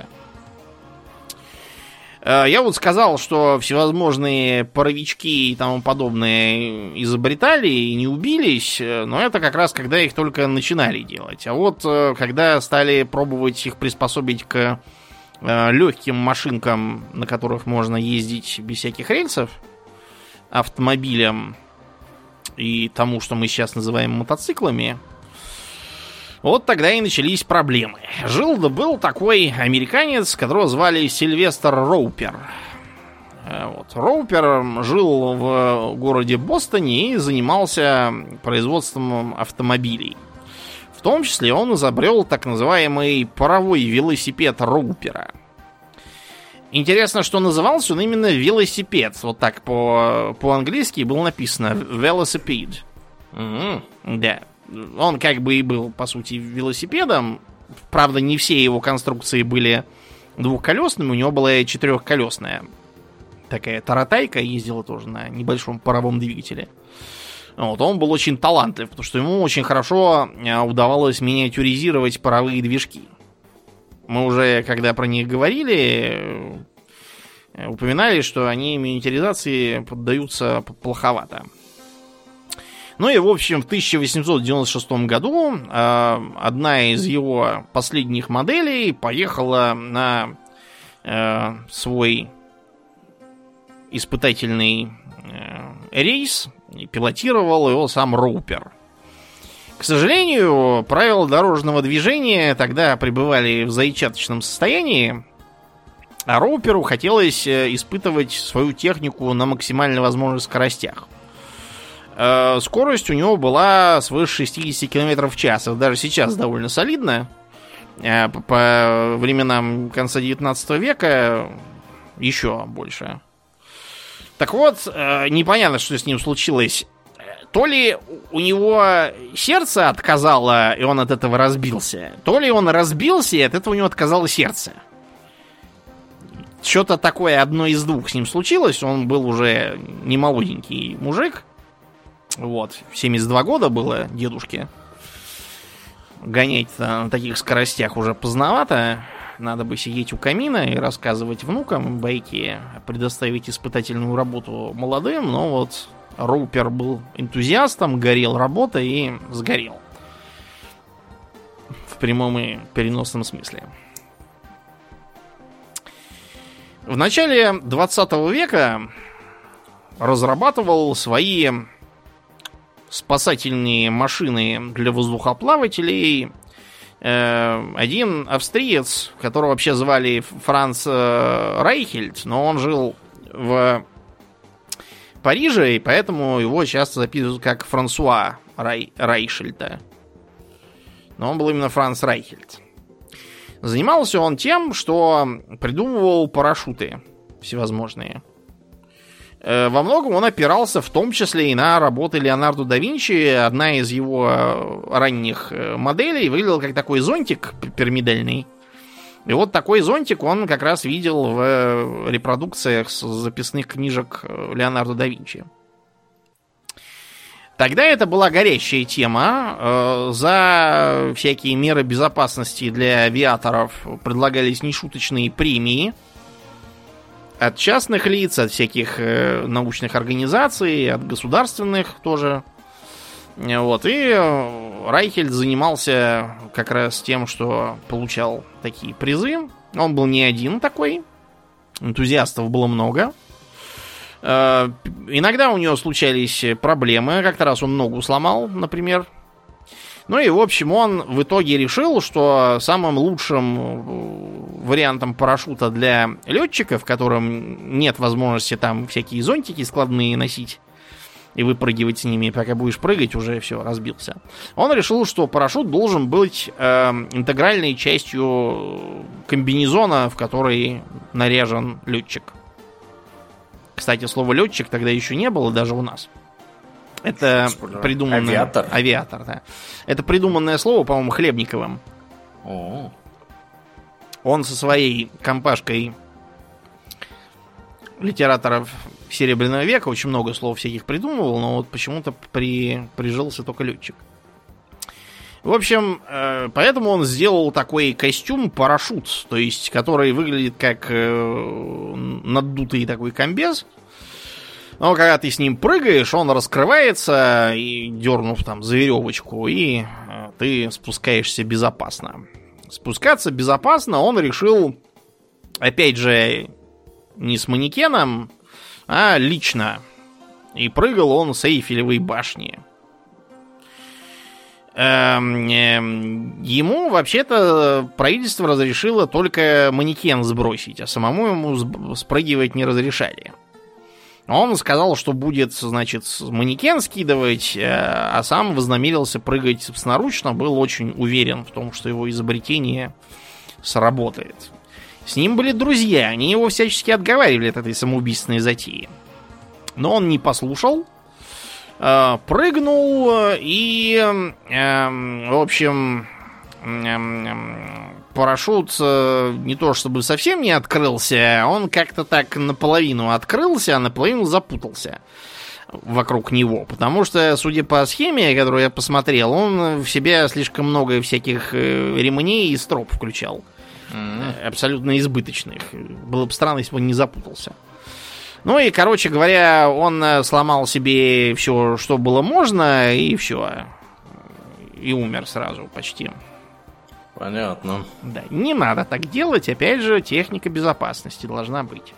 Я вот сказал, что всевозможные паровички и тому подобное изобретали и не убились, но это как раз когда их только начинали делать. А вот когда стали пробовать их приспособить к легким машинкам, на которых можно ездить без всяких рельсов, автомобилям и тому, что мы сейчас называем мотоциклами, вот тогда и начались проблемы. Был такой американец, которого звали Сильвестр Роупер. Вот. Роупер жил в городе Бостоне и занимался производством автомобилей. В том числе он изобрел так называемый паровой велосипед Роупера. Интересно, что назывался он именно велосипед. Вот так по-английски было написано velocipede. Mm-hmm. Да. Он как бы и был, по сути, велосипедом. Правда, не все его конструкции были двухколесными. У него была четырехколесная. Такая таратайка, ездила тоже на небольшом паровом двигателе. Вот, он был очень талантлив, потому что ему очень хорошо удавалось миниатюризировать паровые движки. Мы уже, когда про них говорили, упоминали, что они миниатюризации поддаются плоховато. Ну и, в общем, в 1896 году одна из его последних моделей поехала на свой испытательный рейс, и пилотировал его сам Роупер. К сожалению, правила дорожного движения тогда пребывали в зачаточном состоянии, а Роуперу хотелось испытывать свою технику на максимально возможных скоростях. Скорость у него была свыше 60 км в час. Это даже сейчас довольно солидно. По временам конца 19 века еще больше. Так вот, непонятно, что с ним случилось. То ли у него сердце отказало, и он от этого разбился, то ли он разбился, и от этого у него отказало сердце. Что-то такое одно из двух с ним случилось. Он был уже не молоденький мужик. Вот, 72 года было дедушке. Гонять на таких скоростях уже поздновато. Надо бы сидеть у камина и рассказывать внукам байки, предоставить испытательную работу молодым. Но вот Роупер был энтузиастом, горел работой и сгорел. В прямом и переносном смысле. В начале 20 века разрабатывал свои спасательные машины для воздухоплавателей один австриец, которого вообще звали Франц Райхельд, но он жил в Париже, и поэтому его часто записывают как Франсуа Райхельда. Но он был именно Франц Райхельд. Занимался он тем, что придумывал парашюты всевозможные. Во многом он опирался в том числе и на работы Леонардо да Винчи. Одна из его ранних моделей выглядела как такой зонтик пирамидальный. И вот такой зонтик он как раз видел в репродукциях с записных книжек Леонардо да Винчи. Тогда это была горящая тема. За всякие меры безопасности для авиаторов предлагались нешуточные премии. От частных лиц, от всяких научных организаций, от государственных тоже. Вот. И Райхельд занимался как раз тем, что получал такие призы. Он был не один такой. Энтузиастов было много. Иногда у него случались проблемы. Как-то раз он ногу сломал, например. Ну и, в общем, он в итоге решил, что самым лучшим вариантом парашюта для летчиков, которым нет возможности там всякие зонтики складные носить и выпрыгивать с ними, пока будешь прыгать, уже все, разбился. Он решил, что парашют должен быть интегральной частью комбинезона, в который наряжен летчик. Кстати, слова летчик тогда еще не было даже у нас. Это придуманное... Авиатор, да. Это придуманное слово, по-моему, Хлебниковым. О. Он со своей компашкой литераторов Серебряного века очень много слов всяких придумывал, но вот почему-то прижился только летчик. В общем, поэтому он сделал такой костюм-парашют, то есть, который выглядит как надутый такой комбез. Но когда ты с ним прыгаешь, он раскрывается, и дернув там за веревочку, и ты спускаешься безопасно. Спускаться безопасно он решил, опять же, не с манекеном, а лично. И прыгал он с Эйфелевой башни. Ему, вообще-то, правительство разрешило только манекен сбросить, а самому ему спрыгивать не разрешали. Он сказал, что будет, значит, манекен скидывать, а сам вознамерился прыгать собственноручно, был очень уверен в том, что его изобретение сработает. С ним были друзья, они его всячески отговаривали от этой самоубийственной затеи. Но он не послушал, прыгнул и, в общем, парашют не то чтобы совсем не открылся, он как-то так наполовину открылся, а наполовину запутался вокруг него. Потому что, судя по схеме, которую я посмотрел, он в себя слишком много всяких ремней и строп включал. Абсолютно избыточных. Было бы странно, если бы он не запутался. Ну и, короче говоря, он сломал себе все, что было можно, и все. И умер сразу почти. Понятно. Да, не надо так делать. Опять же, техника безопасности должна быть.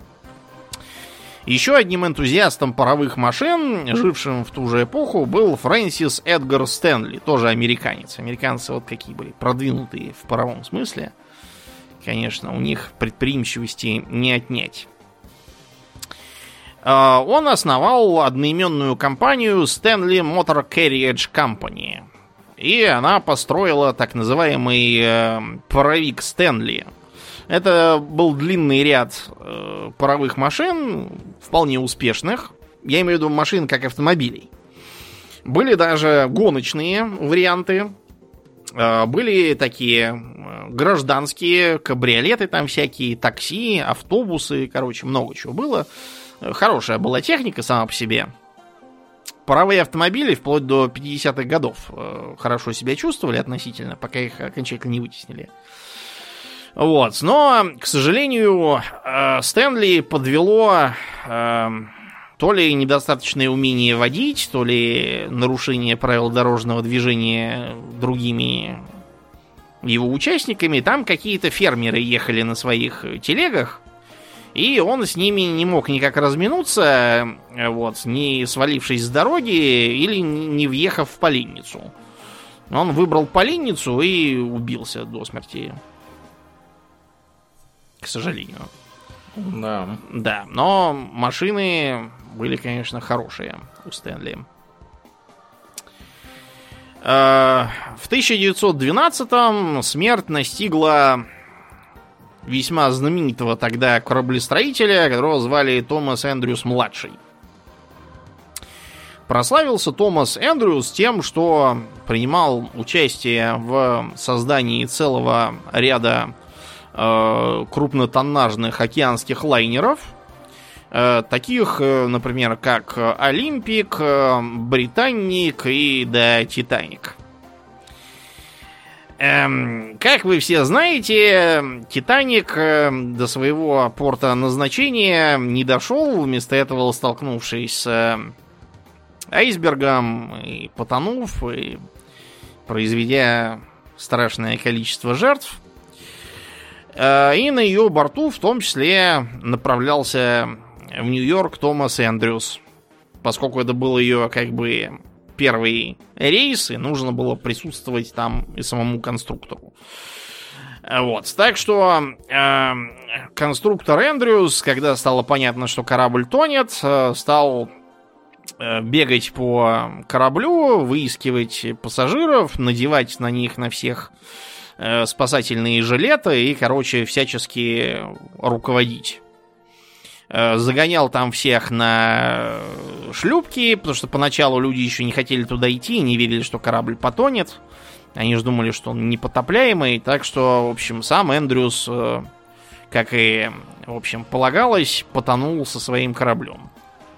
Еще одним энтузиастом паровых машин, жившим в ту же эпоху, был Фрэнсис Эдгар Стэнли, тоже американец. Американцы вот какие были, продвинутые в паровом смысле. Конечно, у них предприимчивости не отнять. Он основал одноименную компанию Stanley Motor Carriage Company. и она построила так называемый паровик Стэнли. Это был длинный ряд паровых машин, вполне успешных. Я имею в виду машин как автомобилей. Были даже гоночные варианты. Были такие гражданские кабриолеты, там всякие такси, автобусы, короче, много чего было. Хорошая была техника сама по себе. Паровые автомобили вплоть до 50-х годов хорошо себя чувствовали относительно, пока их окончательно не вытеснили. Вот. Но, к сожалению, Стэнли подвело то ли недостаточное умение водить, то ли нарушение правил дорожного движения другими его участниками. Там какие-то фермеры ехали на своих телегах, и он с ними не мог никак разминуться, вот, не свалившись с дороги или не въехав в поленницу. Он выбрал поленницу и убился до смерти. К сожалению. Да. Да, но машины были, конечно, хорошие у Стэнли. В 1912-м смерть настигла весьма знаменитого тогда кораблестроителя, которого звали Томас Эндрюс-младший. Прославился Томас Эндрюс тем, что принимал участие в создании целого ряда крупнотоннажных океанских лайнеров, таких, например, как Олимпик, Британник и Титаник. Как вы все знаете, Титаник до своего порта назначения не дошел, вместо этого столкнувшись с айсбергом и потонув, и произведя страшное количество жертв. И на ее борту в том числе направлялся в Нью-Йорк Томас Эндрюс. Поскольку это был ее как бы первый рейс, и нужно было присутствовать там и самому конструктору. Вот. Так что конструктор Эндрюс, когда стало понятно, что корабль тонет, стал бегать по кораблю, выискивать пассажиров, надевать на них на всех спасательные жилеты и, короче, всячески руководить. Загонял там всех на шлюпки, потому что поначалу люди еще не хотели туда идти, не верили, что корабль потонет. Они же думали, что он непотопляемый. Так что, в общем, сам Эндрюс, как и, в общем, полагалось, потонул со своим кораблем.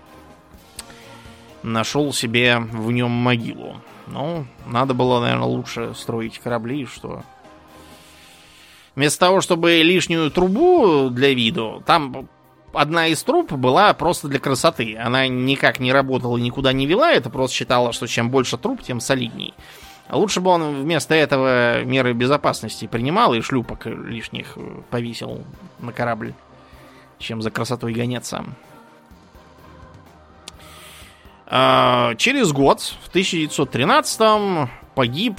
Нашел себе в нем могилу. Ну, надо было, наверное, лучше строить корабли, что... Вместо того, чтобы лишнюю трубу для виду, там одна из труб была просто для красоты. Она никак не работала, никуда не вела. Это просто считала, что чем больше труб, тем солидней. А лучше бы он вместо этого меры безопасности принимал и шлюпок лишних повесил на корабль, чем за красотой гоняться. Через год, в 1913-м, погиб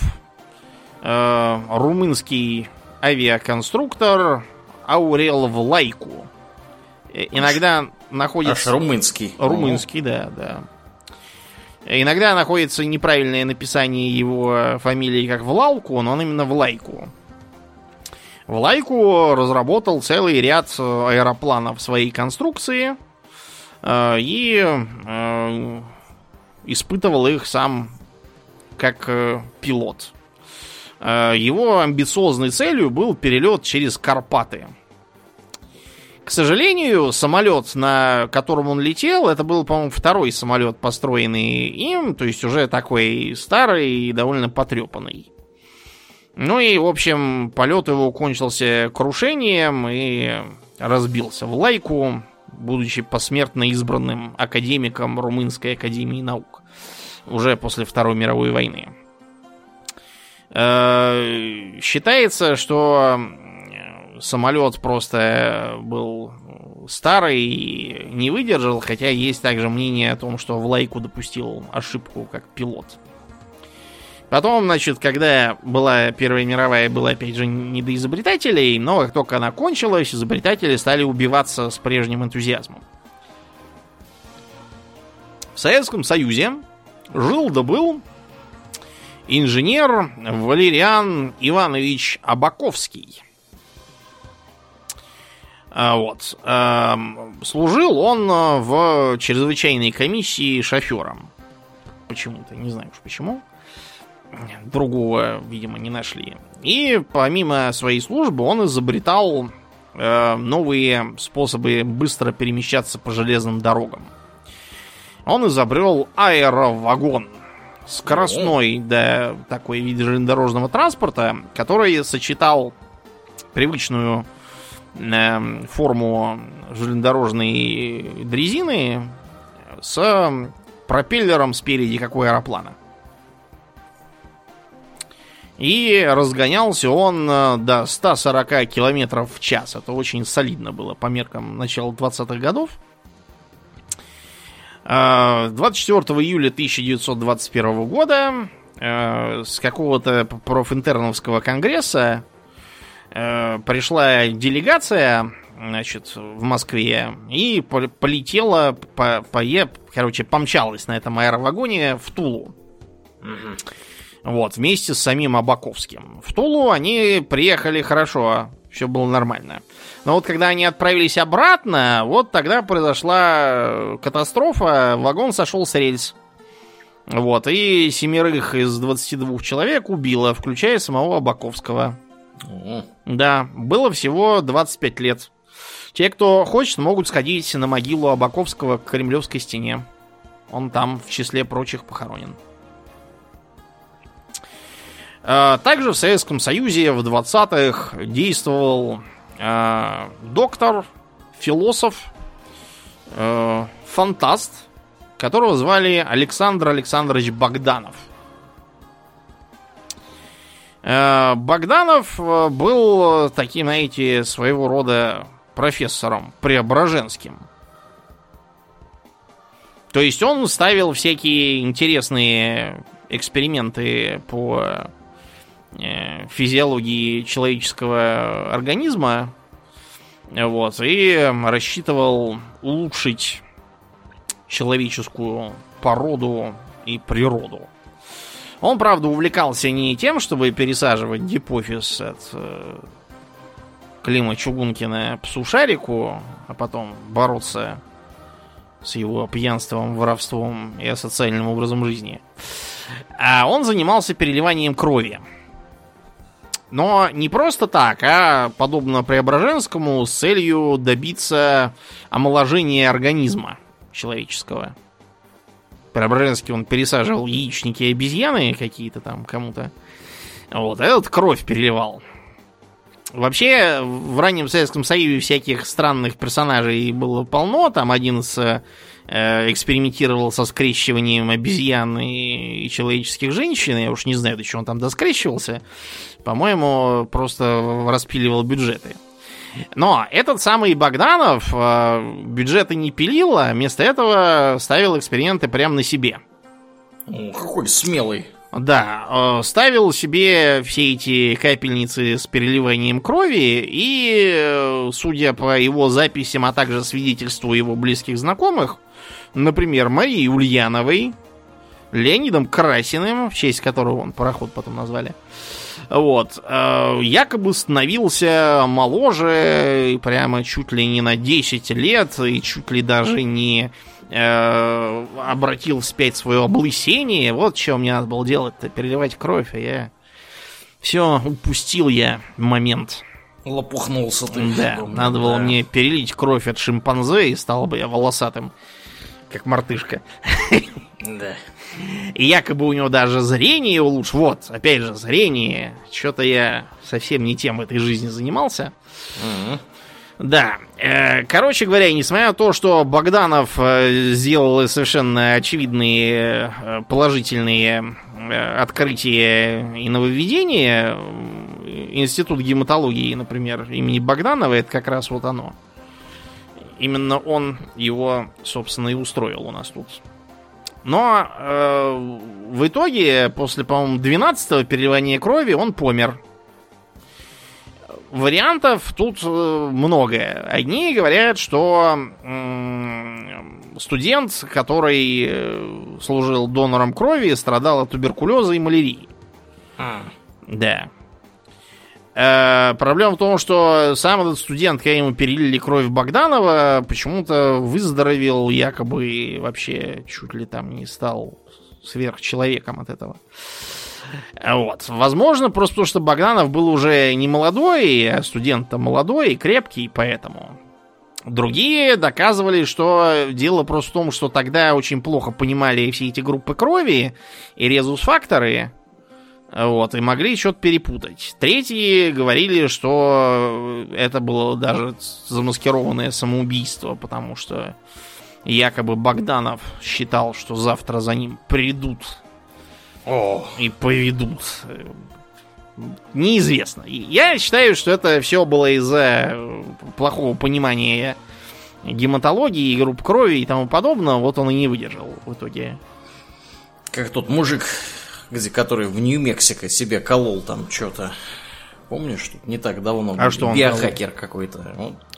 румынский авиаконструктор Аурел Влайку. Иногда находится... Аж румынский. Румынский, да. Иногда находится неправильное написание его фамилии как Влауку, но он именно Влайку. Влайку разработал целый ряд аэропланов своей конструкции и испытывал их сам как пилот. Его амбициозной целью был перелет через Карпаты. К сожалению, самолет, на котором он летел, это был, по-моему, второй самолет, построенный им, то есть уже такой старый и довольно потрепанный. Ну и, в общем, полет его кончился крушением и разбился в Лайку, будучи посмертно избранным академиком Румынской академии наук уже после Второй мировой войны. Считается, что самолет просто был старый и не выдержал, хотя есть также мнение о том, что Влайку допустил ошибку как пилот. Потом, значит, когда была Первая мировая, было опять же не до изобретателей, но как только она кончилась, изобретатели стали убиваться с прежним энтузиазмом. В Советском Союзе жил да был инженер Валериан Иванович Абаковский. Вот. Служил он в чрезвычайной комиссии шофером. Почему-то, не знаю уж почему. Другого, видимо, не нашли. И помимо своей службы он изобретал новые способы быстро перемещаться по железным дорогам. Он изобрел аэровагон. Скоростной, да, такой вид железнодорожного транспорта, который сочетал привычную форму железнодорожной дрезины с пропеллером спереди, как у аэроплана. И разгонялся он до 140 километров в час. Это очень солидно было по меркам начала 20-х годов. 24 июля 1921 года с какого-то профинтерновского конгресса пришла делегация, значит, в Москве и полетела, помчалась на этом аэровагоне в Тулу. Вот, вместе с самим Абаковским. В Тулу они приехали хорошо, все было нормально. Но вот когда они отправились обратно, вот тогда произошла катастрофа, вагон сошел с рельс. Вот, и 7 из 22 человек убило, включая самого Абаковского. Да, было всего 25 лет. Те, кто хочет, могут сходить на могилу Абаковского к Кремлевской стене. Он там, в числе прочих, похоронен. Также в Советском Союзе в 20-х действовал доктор, философ, фантаст, которого звали Александр Александрович Богданов. Богданов был таким, знаете, своего рода профессором Преображенским. То есть он ставил всякие интересные эксперименты по физиологии человеческого организма, вот, и рассчитывал улучшить человеческую породу и природу. Он, правда, увлекался не тем, чтобы пересаживать гипофиз от Клима Чугункина псу Шарику, а потом бороться с его пьянством, воровством и асоциальным образом жизни. А он занимался переливанием крови. Но не просто так, а подобно Преображенскому, с целью добиться омоложения организма человеческого. Преображенский он пересаживал яичники и обезьяны какие-то там кому-то. Вот, а этот кровь переливал. Вообще, в раннем Советском Союзе всяких странных персонажей было полно. Там один экспериментировал со скрещиванием обезьян и человеческих женщин. Я уж не знаю, до чего он там доскрещивался. По-моему, просто распиливал бюджеты. Но этот самый Богданов бюджеты не пилил, а вместо этого ставил эксперименты прямо на себе. О, какой смелый. Да, ставил себе все эти капельницы с переливанием крови и, судя по его записям, а также свидетельству его близких знакомых, например, Марии Ульяновой, Леонидом Красиным, в честь которого он пароход потом назвали, вот, якобы становился моложе прямо чуть ли не на 10 лет и чуть ли даже не обратил вспять свое облысение. Вот что мне надо было делать-то, переливать кровь, а я все упустил момент. Лопухнулся ты. Да, надо было мне перелить кровь от шимпанзе, и стал бы я волосатым, как мартышка. Да. И якобы у него даже зрение улучшилось. Вот, опять же, зрение. Что-то я совсем не тем в этой жизни занимался. Да. Короче говоря, несмотря на то, что Богданов сделал совершенно очевидные положительные открытия и нововведения, Институт гематологии, например, имени Богданова, это как раз вот оно. Именно он его, собственно, и устроил у нас тут. Но в итоге, после, по-моему, 12-го переливания крови, он помер. Вариантов тут много. Одни говорят, что студент, который служил донором крови, страдал от туберкулеза и малярии. Да. Проблема в том, что сам этот студент, когда ему перелили кровь Богданова, почему-то выздоровел, якобы вообще чуть ли там не стал сверхчеловеком от этого. Вот. Возможно, просто потому что Богданов был уже не молодой, а студент-то молодой и крепкий, поэтому. Другие доказывали, что дело просто в том, что тогда очень плохо понимали все эти группы крови и резус-факторы, вот, и могли что-то перепутать. Третьи говорили, что это было даже замаскированное самоубийство, потому что якобы Богданов считал, что завтра за ним придут и поведут. Неизвестно. Я считаю, что это все было из-за плохого понимания гематологии, групп крови и тому подобное. Вот он и не выдержал в итоге. Как тот мужик, который в Нью-Мексико себе колол там что-то. Помнишь, тут не так давно был что он биохакер какой-то.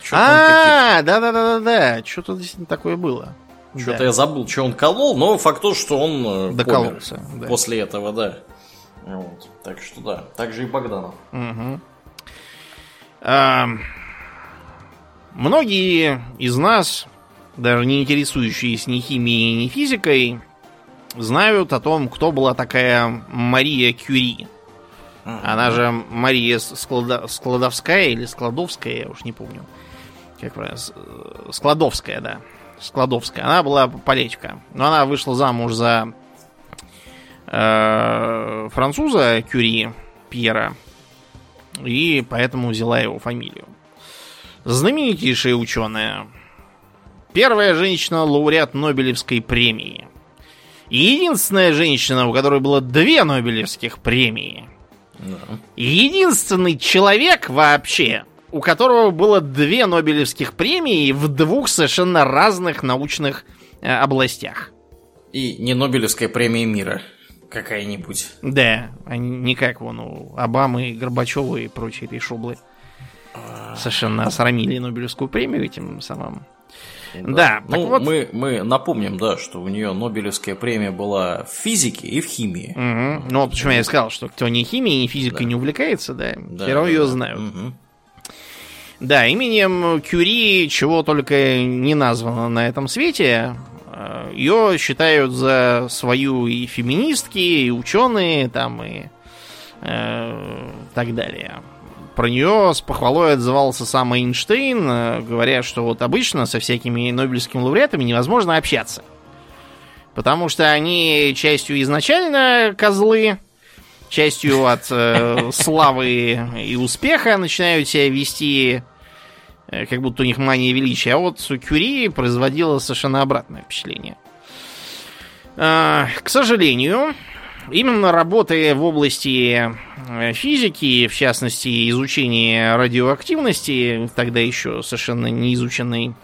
Да. Что-то действительно такое было. Что-то я забыл, что он колол, но факт то, что он докололся после этого, да. Вот. Так что да, так же и Богданов. Угу. Многие из нас, даже не интересующиеся ни химией, ни физикой, знают о том, кто была такая Мария Кюри. Она же Мария Складовская или Складовская, я уж не помню. Как правильно? Складовская, да. Складовская. Она была полячка. Но она вышла замуж за француза Кюри Пьера, и поэтому взяла его фамилию. Знаменитейшая ученая. Первая женщина-лауреат Нобелевской премии. И единственная женщина, у которой было 2 Нобелевских премии. И единственный человек вообще, у которого было 2 Нобелевских премии в 2 совершенно разных научных областях. И не Нобелевская премия мира какая-нибудь. Да, а не как вон у Обамы, Горбачева и прочей этой шоблы. Совершенно осрамили Нобелевскую премию этим самым. Да, ну, вот... мы напомним, да, что у нее Нобелевская премия была в физике и в химии. Угу. Ну, почему я сказал, что кто ни химией, ни физикой не увлекается, да, все равно ее знают. Угу. Да, именем Кюри чего только не названо на этом свете. Ее считают за свою и феминистки, и ученые, там, и так далее. Про нее с похвалой отзывался сам Эйнштейн, говоря, что вот обычно со всякими нобелевскими лауреатами невозможно общаться. Потому что они частью изначально козлы, частью от славы и успеха начинают себя вести, как будто у них мания величия. А вот Кюри производила совершенно обратное впечатление. К сожалению, именно работая в области физики, в частности, изучения радиоактивности, тогда еще совершенно не изученной,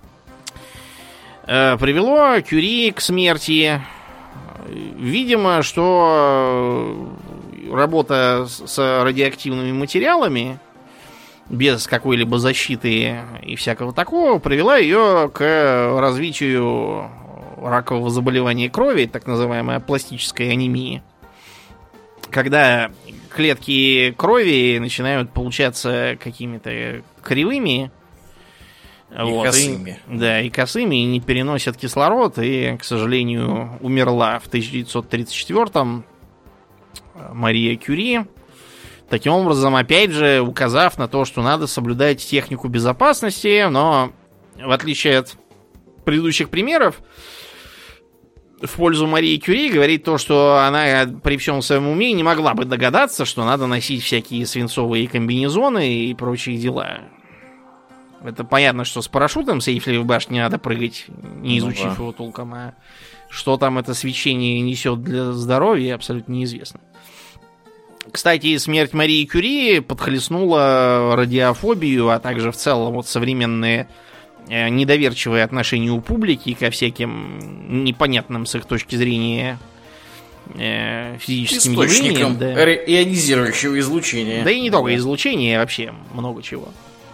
привело Кюри к смерти. Видимо, что работа с радиоактивными материалами без какой-либо защиты и всякого такого привела ее к развитию ракового заболевания крови, так называемой пластической анемии. Когда клетки крови начинают получаться какими-то кривыми. И косыми. И косыми, и не переносят кислород, и, к сожалению, умерла в 1934-м Мария Кюри. Таким образом, опять же, указав на то, что надо соблюдать технику безопасности, но, в отличие от предыдущих примеров, в пользу Марии Кюри говорит то, что она при всем своем уме не могла бы догадаться, что надо носить всякие свинцовые комбинезоны и прочие дела. Это понятно, что с парашютом с Эйфелевой башни надо прыгать, не изучив его толком, а что там это свечение несет для здоровья, абсолютно неизвестно. Кстати, смерть Марии Кюри подхлестнула радиофобию, а также в целом вот современные недоверчивые отношения у публики ко всяким непонятным с их точки зрения физическим явлениям. Да. Ионизирующего излучения. Да и не только излучения, а вообще много чего.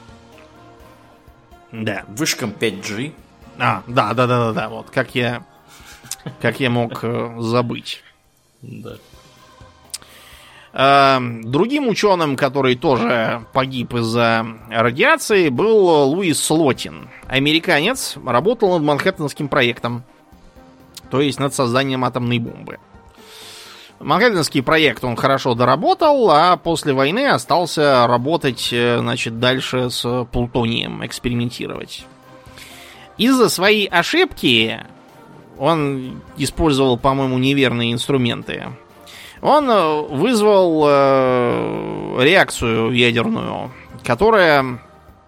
Да. Вышкам 5G. Да. Вот как я мог забыть. Да. Другим ученым, который тоже погиб из-за радиации, был Луис Слотин. Американец, работал над Манхэттенским проектом. То есть над созданием атомной бомбы. Манхэттенский проект он хорошо доработал, а после войны остался работать, значит, дальше с плутонием, экспериментировать. Из-за своей ошибки он использовал, по-моему, неверные инструменты. Он вызвал реакцию ядерную, которая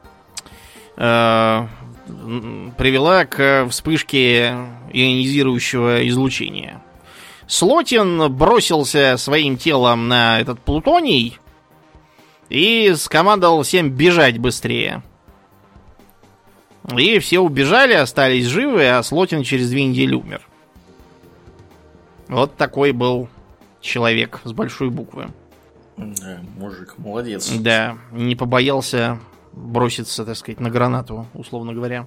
привела к вспышке ионизирующего излучения. Слотин бросился своим телом на этот плутоний и скомандовал всем бежать быстрее. И все убежали, остались живы, а Слотин через 2 недели умер. Вот такой был человек с большой буквы. Да, мужик, молодец. Да, не побоялся броситься, так сказать, на гранату, условно говоря.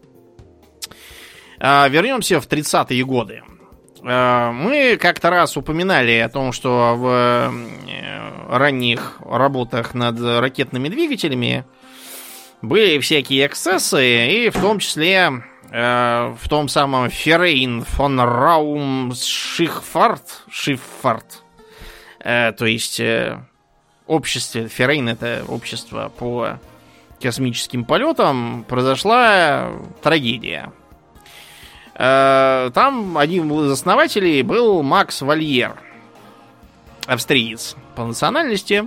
Вернемся в 30-е годы. Мы как-то раз упоминали о том, что в ранних работах над ракетными двигателями были всякие эксцессы, и в том числе в том самом Феррейн фон Раум-Шиффарт, то есть обществе, Феррейн — это общество по космическим полетам, произошла трагедия. Там один из основателей был Макс Вальер, австриец по национальности,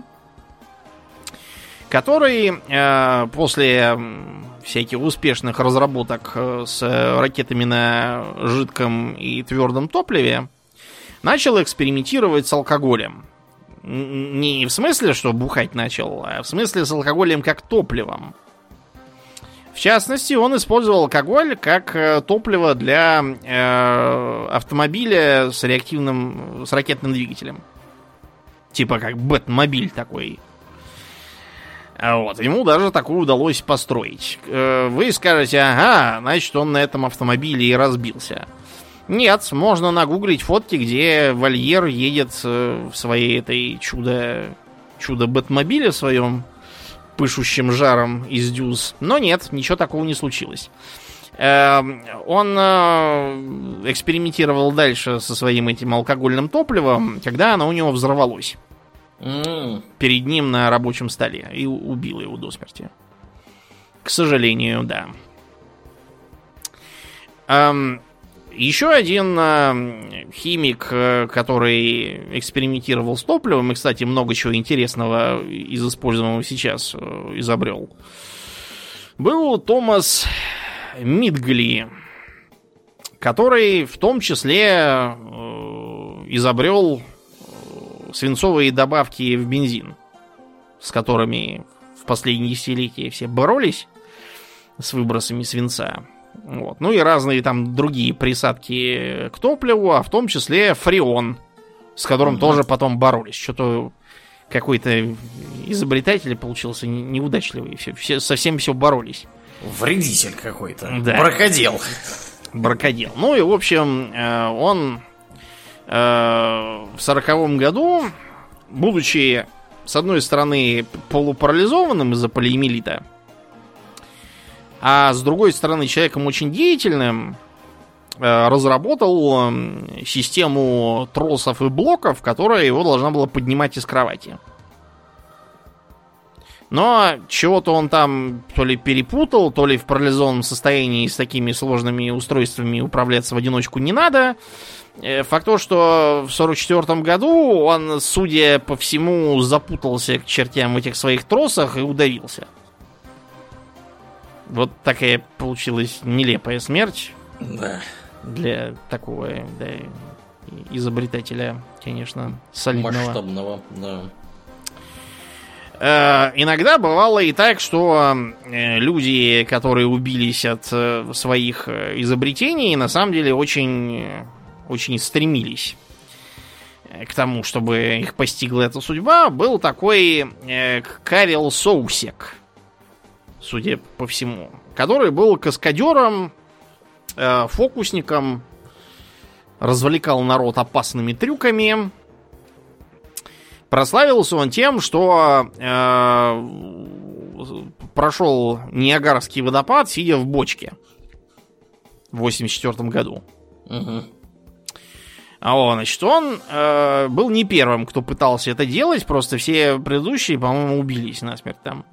который после всяких успешных разработок с ракетами на жидком и твердом топливе начал экспериментировать с алкоголем. Не в смысле, что бухать начал, а в смысле с алкоголем как топливом. В частности, он использовал алкоголь как топливо для автомобиля с ракетным двигателем. Типа как Бэтмобиль такой. Вот. Ему даже такую удалось построить. Вы скажете, ага, значит, он на этом автомобиле и разбился. Нет, можно нагуглить фотки, где Вальер едет в своей этой чудо-бэтмобиле своем, пышущим жаром из дюз. Но нет, ничего такого не случилось. Он экспериментировал дальше со своим этим алкогольным топливом, когда оно у него взорвалось. Перед ним на рабочем столе. И убило его до смерти. К сожалению, да. Еще один химик, который экспериментировал с топливом, и, кстати, много чего интересного из используемого сейчас изобрел, был Томас Мидгли, который в том числе изобрел свинцовые добавки в бензин, с которыми в последние десятилетия все боролись с выбросами свинца. Вот. Ну и разные там другие присадки к топливу, а в том числе фреон, с которым тоже потом боролись. Что-то какой-то изобретатель получился неудачливый. Совсем все боролись. Вредитель какой-то. Да. Бракодел. Ну и, в общем, он в 40-м году, будучи, с одной стороны, полупарализованным из-за полиэмилита, а с другой стороны, человеком очень деятельным, разработал систему тросов и блоков, которая его должна была поднимать из кровати. Но чего-то он там то ли перепутал, то ли в парализованном состоянии с такими сложными устройствами управляться в одиночку не надо. Факт то, что в 44-м году он, судя по всему, запутался к чертям в этих своих тросах и удавился. Вот такая получилась нелепая смерть. Да. Для такого, да, изобретателя, конечно, солидного. Масштабного, да. Иногда бывало и так, что люди, которые убились от своих изобретений, на самом деле очень, очень стремились к тому, чтобы их постигла эта судьба. Был такой Карел Соусек, судя по всему, который был каскадером, фокусником, развлекал народ опасными трюками. Прославился он тем, что прошел Ниагарский водопад, сидя в бочке в 1984 году. Угу. Значит, он был не первым, кто пытался это делать, просто все предыдущие, по-моему, убились насмерть там.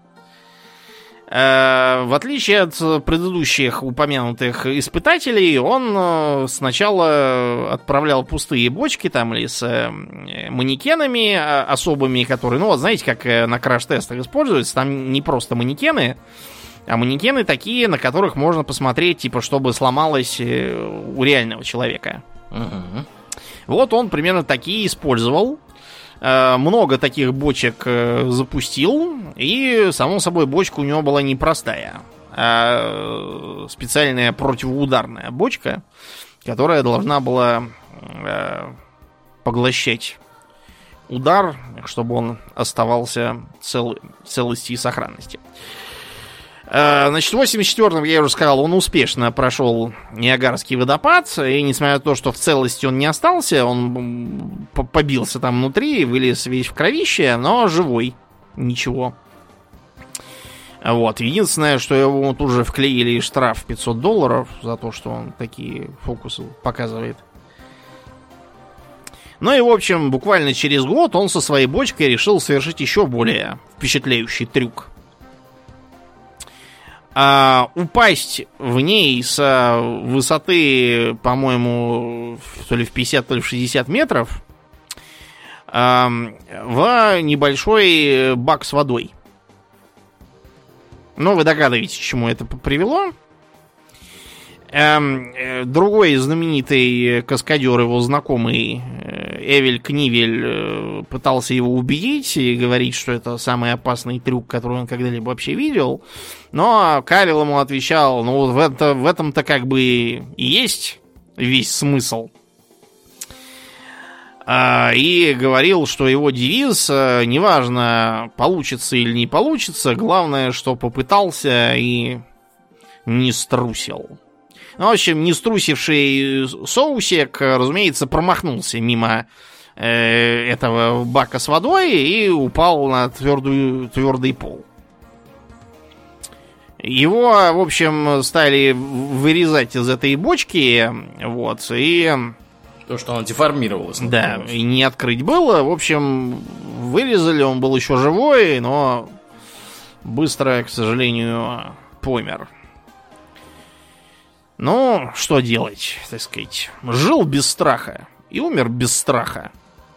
В отличие от предыдущих упомянутых испытателей, он сначала отправлял пустые бочки там или с манекенами особыми, которые, знаете, как на краш-тестах используются, там не просто манекены, а манекены такие, на которых можно посмотреть, типа, чтобы сломалось у реального человека. Угу. Вот он примерно такие использовал. Много таких бочек запустил, и, само собой, бочка у него была непростая, а специальная противоударная бочка, которая должна была поглощать удар, чтобы он оставался в целости и сохранности. Значит, в 84-м, я уже сказал, он успешно прошел Ниагарский водопад, и несмотря на то, что в целости он не остался, он побился там внутри, вылез весь в кровище, но живой. Ничего. Вот. Единственное, что его тут же вклеили штраф $500 за то, что он такие фокусы показывает. Ну и, в общем, буквально через год он со своей бочкой решил совершить еще более впечатляющий трюк. Упасть в ней с высоты, по-моему, то ли в 50, то ли в 60 метров в небольшой бак с водой. Вы догадываетесь, к чему это привело. Другой знаменитый каскадер, его знакомый Эвель Книвель, пытался его убедить и говорить, что это самый опасный трюк, который он когда-либо вообще видел. Но Кавилл ему отвечал, в этом-то как бы и есть весь смысл. И говорил, что его девиз, неважно, получится или не получится, главное, что попытался и не струсил. В общем, не струсивший соусик, разумеется, промахнулся мимо этого бака с водой и упал на твердый пол. Его, в общем, стали вырезать из этой бочки, и... То, что она деформировалась. Да, и не открыть было. В общем, вырезали, он был еще живой, но быстро, к сожалению, помер. Что делать, так сказать. Жил без страха и умер без страха.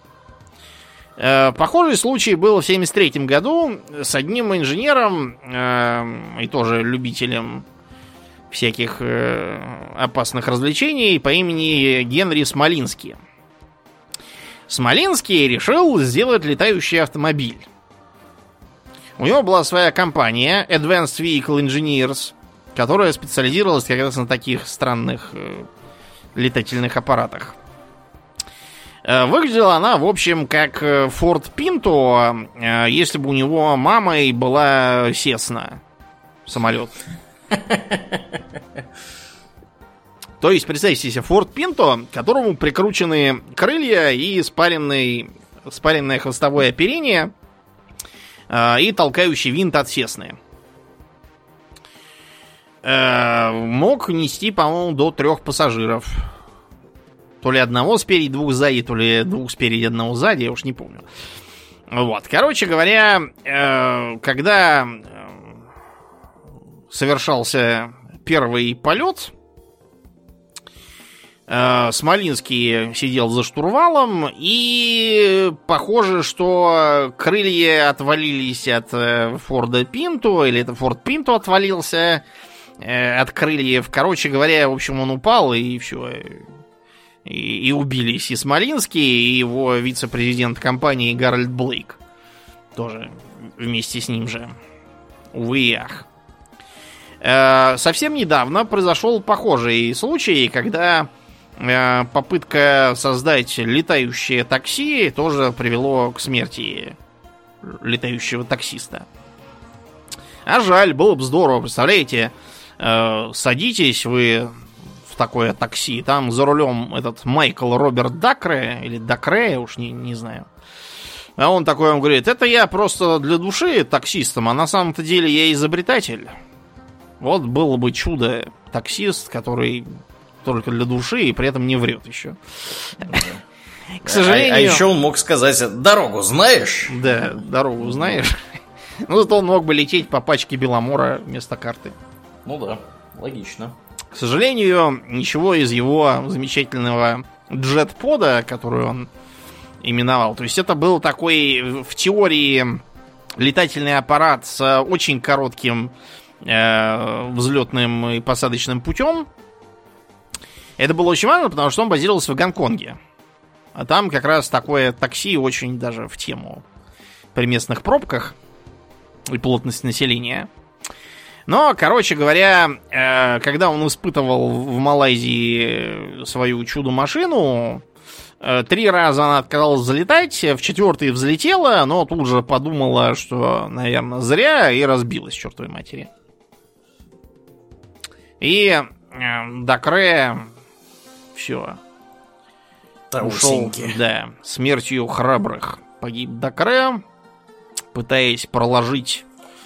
Похожий случай был в 1973 году с одним инженером и тоже любителем всяких опасных развлечений по имени Генри Смолинский. Смолинский решил сделать летающий автомобиль. У него была своя компания Advanced Vehicle Engineers, которая специализировалась как раз на таких странных летательных аппаратах. Выглядела она, в общем, как Ford Pinto, если бы у него мамой была Cessna самолет. То есть, представьте себе, Ford Pinto, к которому прикручены крылья и спаренное хвостовое оперение и толкающий винт от Cessna. Мог нести, по-моему, до 3 пассажиров. То ли одного спереди, 2 сзади, то ли 2 спереди, 1 сзади, я уж не помню. Короче говоря, когда совершался первый полет, Смолинский сидел за штурвалом, и похоже, что крылья отвалились от Форда Пинто, или это Форд Пинто отвалился от крыльев. Короче говоря, в общем, он упал, и все. И убились и Смолинский, и его вице-президент компании Гарольд Блейк. Тоже вместе с ним же. Увы и ах. Совсем недавно произошел похожий случай, когда попытка создать летающее такси тоже привело к смерти летающего таксиста. А жаль, было бы здорово, представляете, садитесь вы в такое такси, там за рулем этот Майкл Роберт Дакре, или Дакре, уж не знаю. А он такой, он говорит, это я просто для души таксистом, а на самом-то деле я изобретатель. Вот было бы чудо, таксист, который только для души и при этом не врет еще. К сожалению... А еще он мог сказать, дорогу знаешь? Да, дорогу знаешь. Ну, зато он мог бы лететь по пачке Беломора вместо карты. Ну да, логично. К сожалению, ничего из его замечательного джетпода, который он именовал. То есть это был такой, в теории, летательный аппарат с очень коротким взлетным и посадочным путем. Это было очень важно, потому что он базировался в Гонконге. А там как раз такое такси очень даже в тему при местных пробках и плотность населения. Но, короче говоря, когда он испытывал в Малайзии свою чудо-машину, 3 раза она отказалась залетать, в 4-й взлетела, но тут же подумала, что, наверное, зря, и разбилась, чертовой матери. И Дакре все. Ушел, да, смертью храбрых. Погиб Дакре, пытаясь проложить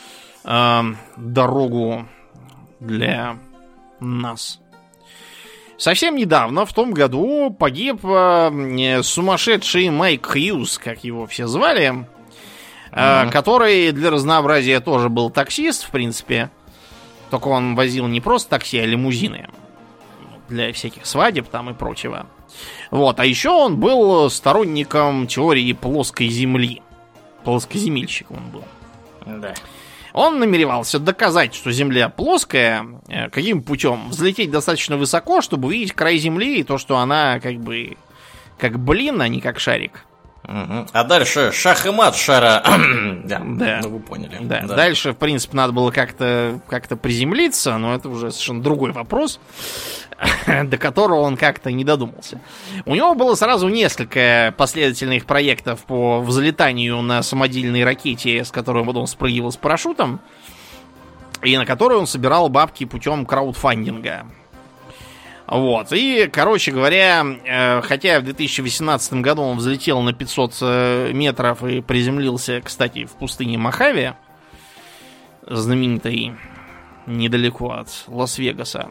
дорогу для нас. Совсем недавно, в том году, погиб сумасшедший Майк Хьюз, как его все звали, который для разнообразия тоже был таксист, в принципе. Только он возил не просто такси, а лимузины. Для всяких свадеб там и прочего. Вот, а еще он был сторонником теории плоской земли. Плоскоземельщиком он был. Да. Он намеревался доказать, что Земля плоская. Каким путем? Взлететь достаточно высоко, чтобы увидеть край Земли и то, что она как бы как блин, а не как шарик. Угу. А дальше шах и мат шара. Да, ну вы поняли. Да. Дальше, в принципе, надо было как-то приземлиться, но это уже совершенно другой вопрос, до которого он как-то не додумался. У него было сразу несколько последовательных проектов по взлетанию на самодельной ракете, с которой он потом спрыгивал с парашютом, и на которой он собирал бабки путем краудфандинга. Вот, и, короче говоря, хотя в 2018 году он взлетел на 500 метров и приземлился, кстати, в пустыне Мохаве, знаменитой недалеко от Лас-Вегаса,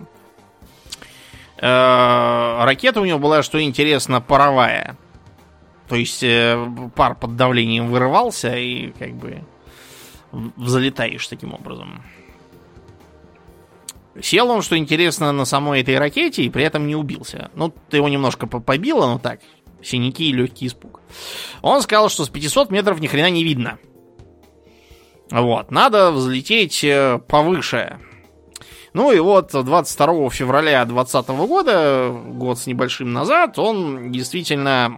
ракета у него была, что интересно, паровая. То есть пар под давлением вырывался и как бы взлетаешь таким образом. Сел он, что интересно, на самой этой ракете и при этом не убился. Ну, ты его немножко побило, но так, синяки и легкий испуг. Он сказал, что с 500 метров ни хрена не видно. Вот, надо взлететь повыше. Ну и вот 22 февраля 2020 года, год с небольшим назад, он действительно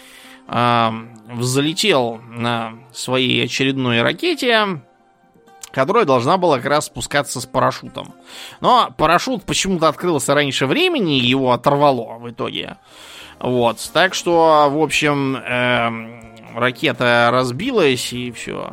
взлетел на своей очередной ракете, которая должна была как раз спускаться с парашютом. Но парашют почему-то открылся раньше времени, и его оторвало в итоге. Вот, так что, в общем, ракета разбилась, и все.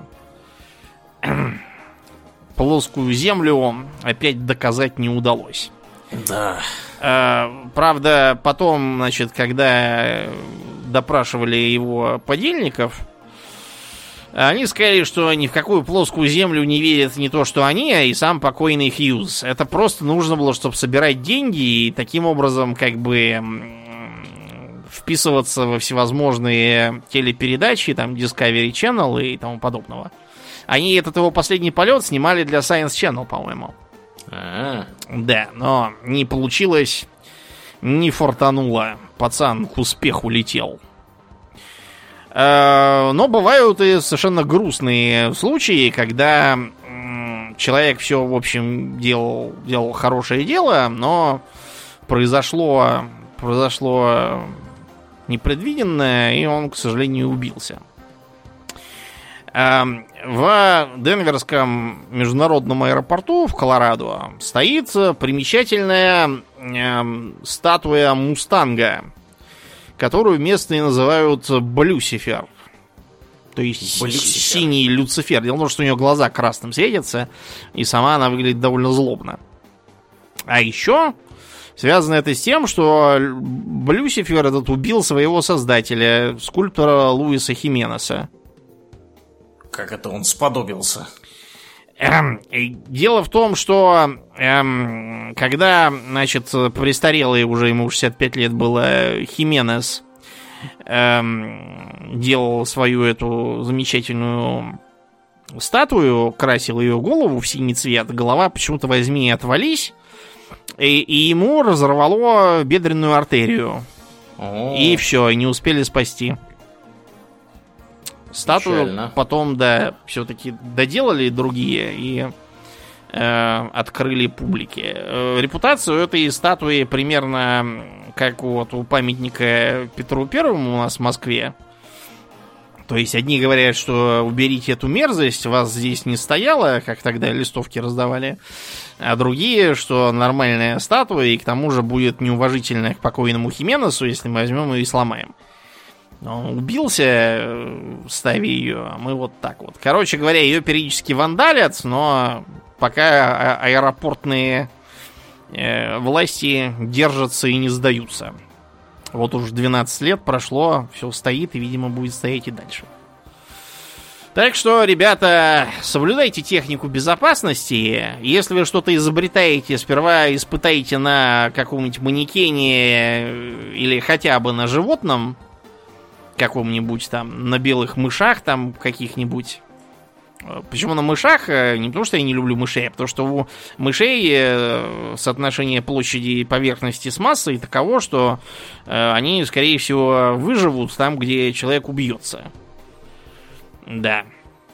Плоскую землю опять доказать не удалось. Да. Правда, потом, значит, когда допрашивали его подельников, они сказали, что ни в какую плоскую землю не верят не то, что они, а и сам покойный Хьюз. Это просто нужно было, чтобы собирать деньги и таким образом как бы вписываться во всевозможные телепередачи, там Discovery Channel и тому подобного. Они этот его последний полет снимали для Science Channel, по-моему. Да, но не получилось, не фартануло. Пацан к успеху летел. Но бывают и совершенно грустные случаи, когда человек все, в общем, делал хорошее дело, но произошло непредвиденное, и он, к сожалению, убился. В Денверском международном аэропорту в Колорадо стоит примечательная статуя мустанга, которую местные называют Блюсифер. То есть синий Люцифер. Дело в том, что у нее глаза красным светятся, и сама она выглядит довольно злобно. А еще связано это с тем, что Блюсифер этот убил своего создателя, скульптора Луиса Хименеса. Как это он сподобился? Дело в том, что когда, значит, престарелый, уже ему 65 лет было, Хименес делал свою эту замечательную статую, красил ее голову в синий цвет, голова почему-то возьми и отвались, и ему разорвало бедренную артерию. И все, не успели спасти. Статую печально. Потом, да, все-таки доделали другие и открыли публике. Репутацию этой статуи примерно как вот у памятника Петру Первому у нас в Москве. То есть одни говорят, что уберите эту мерзость, вас здесь не стояло, как тогда листовки раздавали, а другие, что нормальная статуя, и к тому же будет неуважительно к покойному Хименесу, если мы возьмем ее и сломаем. Он убился, ставя ее, а мы вот так вот. Короче говоря, ее периодически вандалят, но пока аэропортные власти держатся и не сдаются. Вот уж 12 лет прошло, все стоит и, видимо, будет стоять и дальше. Так что, ребята, соблюдайте технику безопасности. Если вы что-то изобретаете, сперва испытайте на каком-нибудь манекене или хотя бы на животном, каком-нибудь там, на белых мышах там каких-нибудь. Почему на мышах? Не потому, что я не люблю мышей, а потому что у мышей соотношение площади и поверхности с массой таково, что они, скорее всего, выживут там, где человек убьется. Да.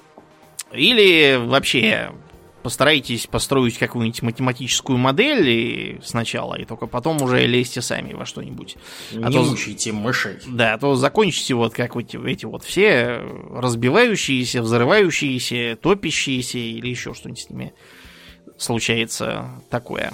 Или вообще постарайтесь построить какую-нибудь математическую модель сначала, и только потом уже лезьте сами во что-нибудь. Не мучайте мышей. Да, а то закончите вот как вот эти вот все разбивающиеся, взрывающиеся, топящиеся или еще что-нибудь с ними случается такое.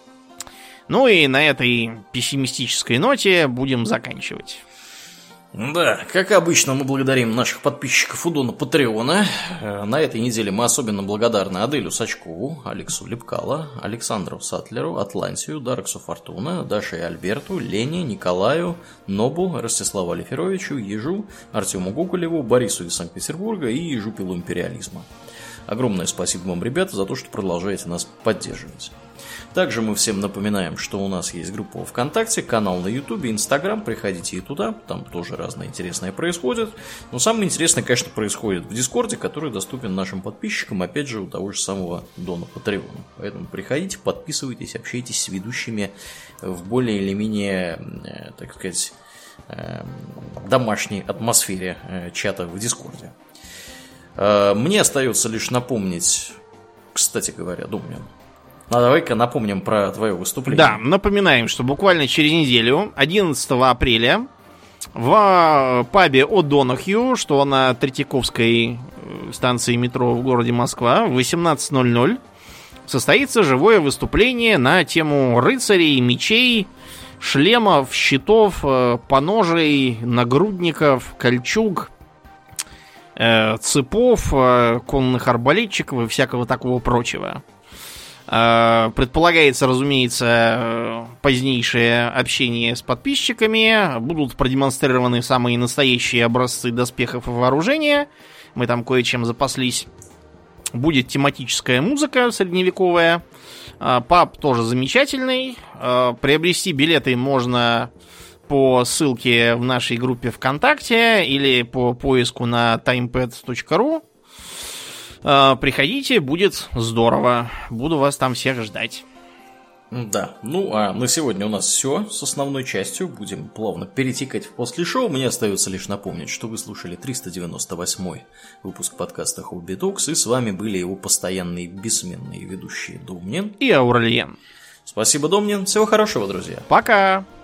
Ну и на этой пессимистической ноте будем заканчивать. Да, как обычно, мы благодарим наших подписчиков у Дона Патреона. На этой неделе мы особенно благодарны Аделю Сачкову, Алексу Лепкало, Александру Сатлеру, Атлантию, Дарксу Фортуна, Даше и Альберту, Лене, Николаю, Нобу, Ростиславу Алиферовичу, Ежу, Артему Гоголеву, Борису из Санкт-Петербурга и Жупилу Империализма. Огромное спасибо вам, ребята, за то, что продолжаете нас поддерживать. Также мы всем напоминаем, что у нас есть группа ВКонтакте, канал на Ютубе, Инстаграм, приходите и туда, там тоже разное интересное происходит. Но самое интересное, конечно, происходит в Дискорде, который доступен нашим подписчикам, опять же, у того же самого Дона Патреона. Поэтому приходите, подписывайтесь, общайтесь с ведущими в более или менее, так сказать, домашней атмосфере чата в Дискорде. Мне остается лишь напомнить, кстати говоря, Домнин, давай-ка напомним про твое выступление. Да, напоминаем, что буквально через неделю, 11 апреля, в пабе О'Донахью, что на Третьяковской станции метро в городе Москва, в 18:00 состоится живое выступление на тему рыцарей, мечей, шлемов, щитов, поножей, нагрудников, кольчуг, цепов, конных арбалетчиков и всякого такого прочего. Предполагается, разумеется, позднейшее общение с подписчиками. Будут продемонстрированы самые настоящие образцы доспехов и вооружения. Мы там кое-чем запаслись. Будет тематическая музыка средневековая. Паб тоже замечательный. Приобрести билеты можно по ссылке в нашей группе ВКонтакте или по поиску на timepad.ru. Приходите, будет здорово. Буду вас там всех ждать. Да, ну а на сегодня у нас все с основной частью. Будем плавно перетекать в после шоу. Мне остается лишь напомнить, что вы слушали 398-й выпуск подкаста Hobby Talks, и с вами были его постоянные бессменные ведущие Домнин и Аурельен. Спасибо, Домнин. Всего хорошего, друзья. Пока.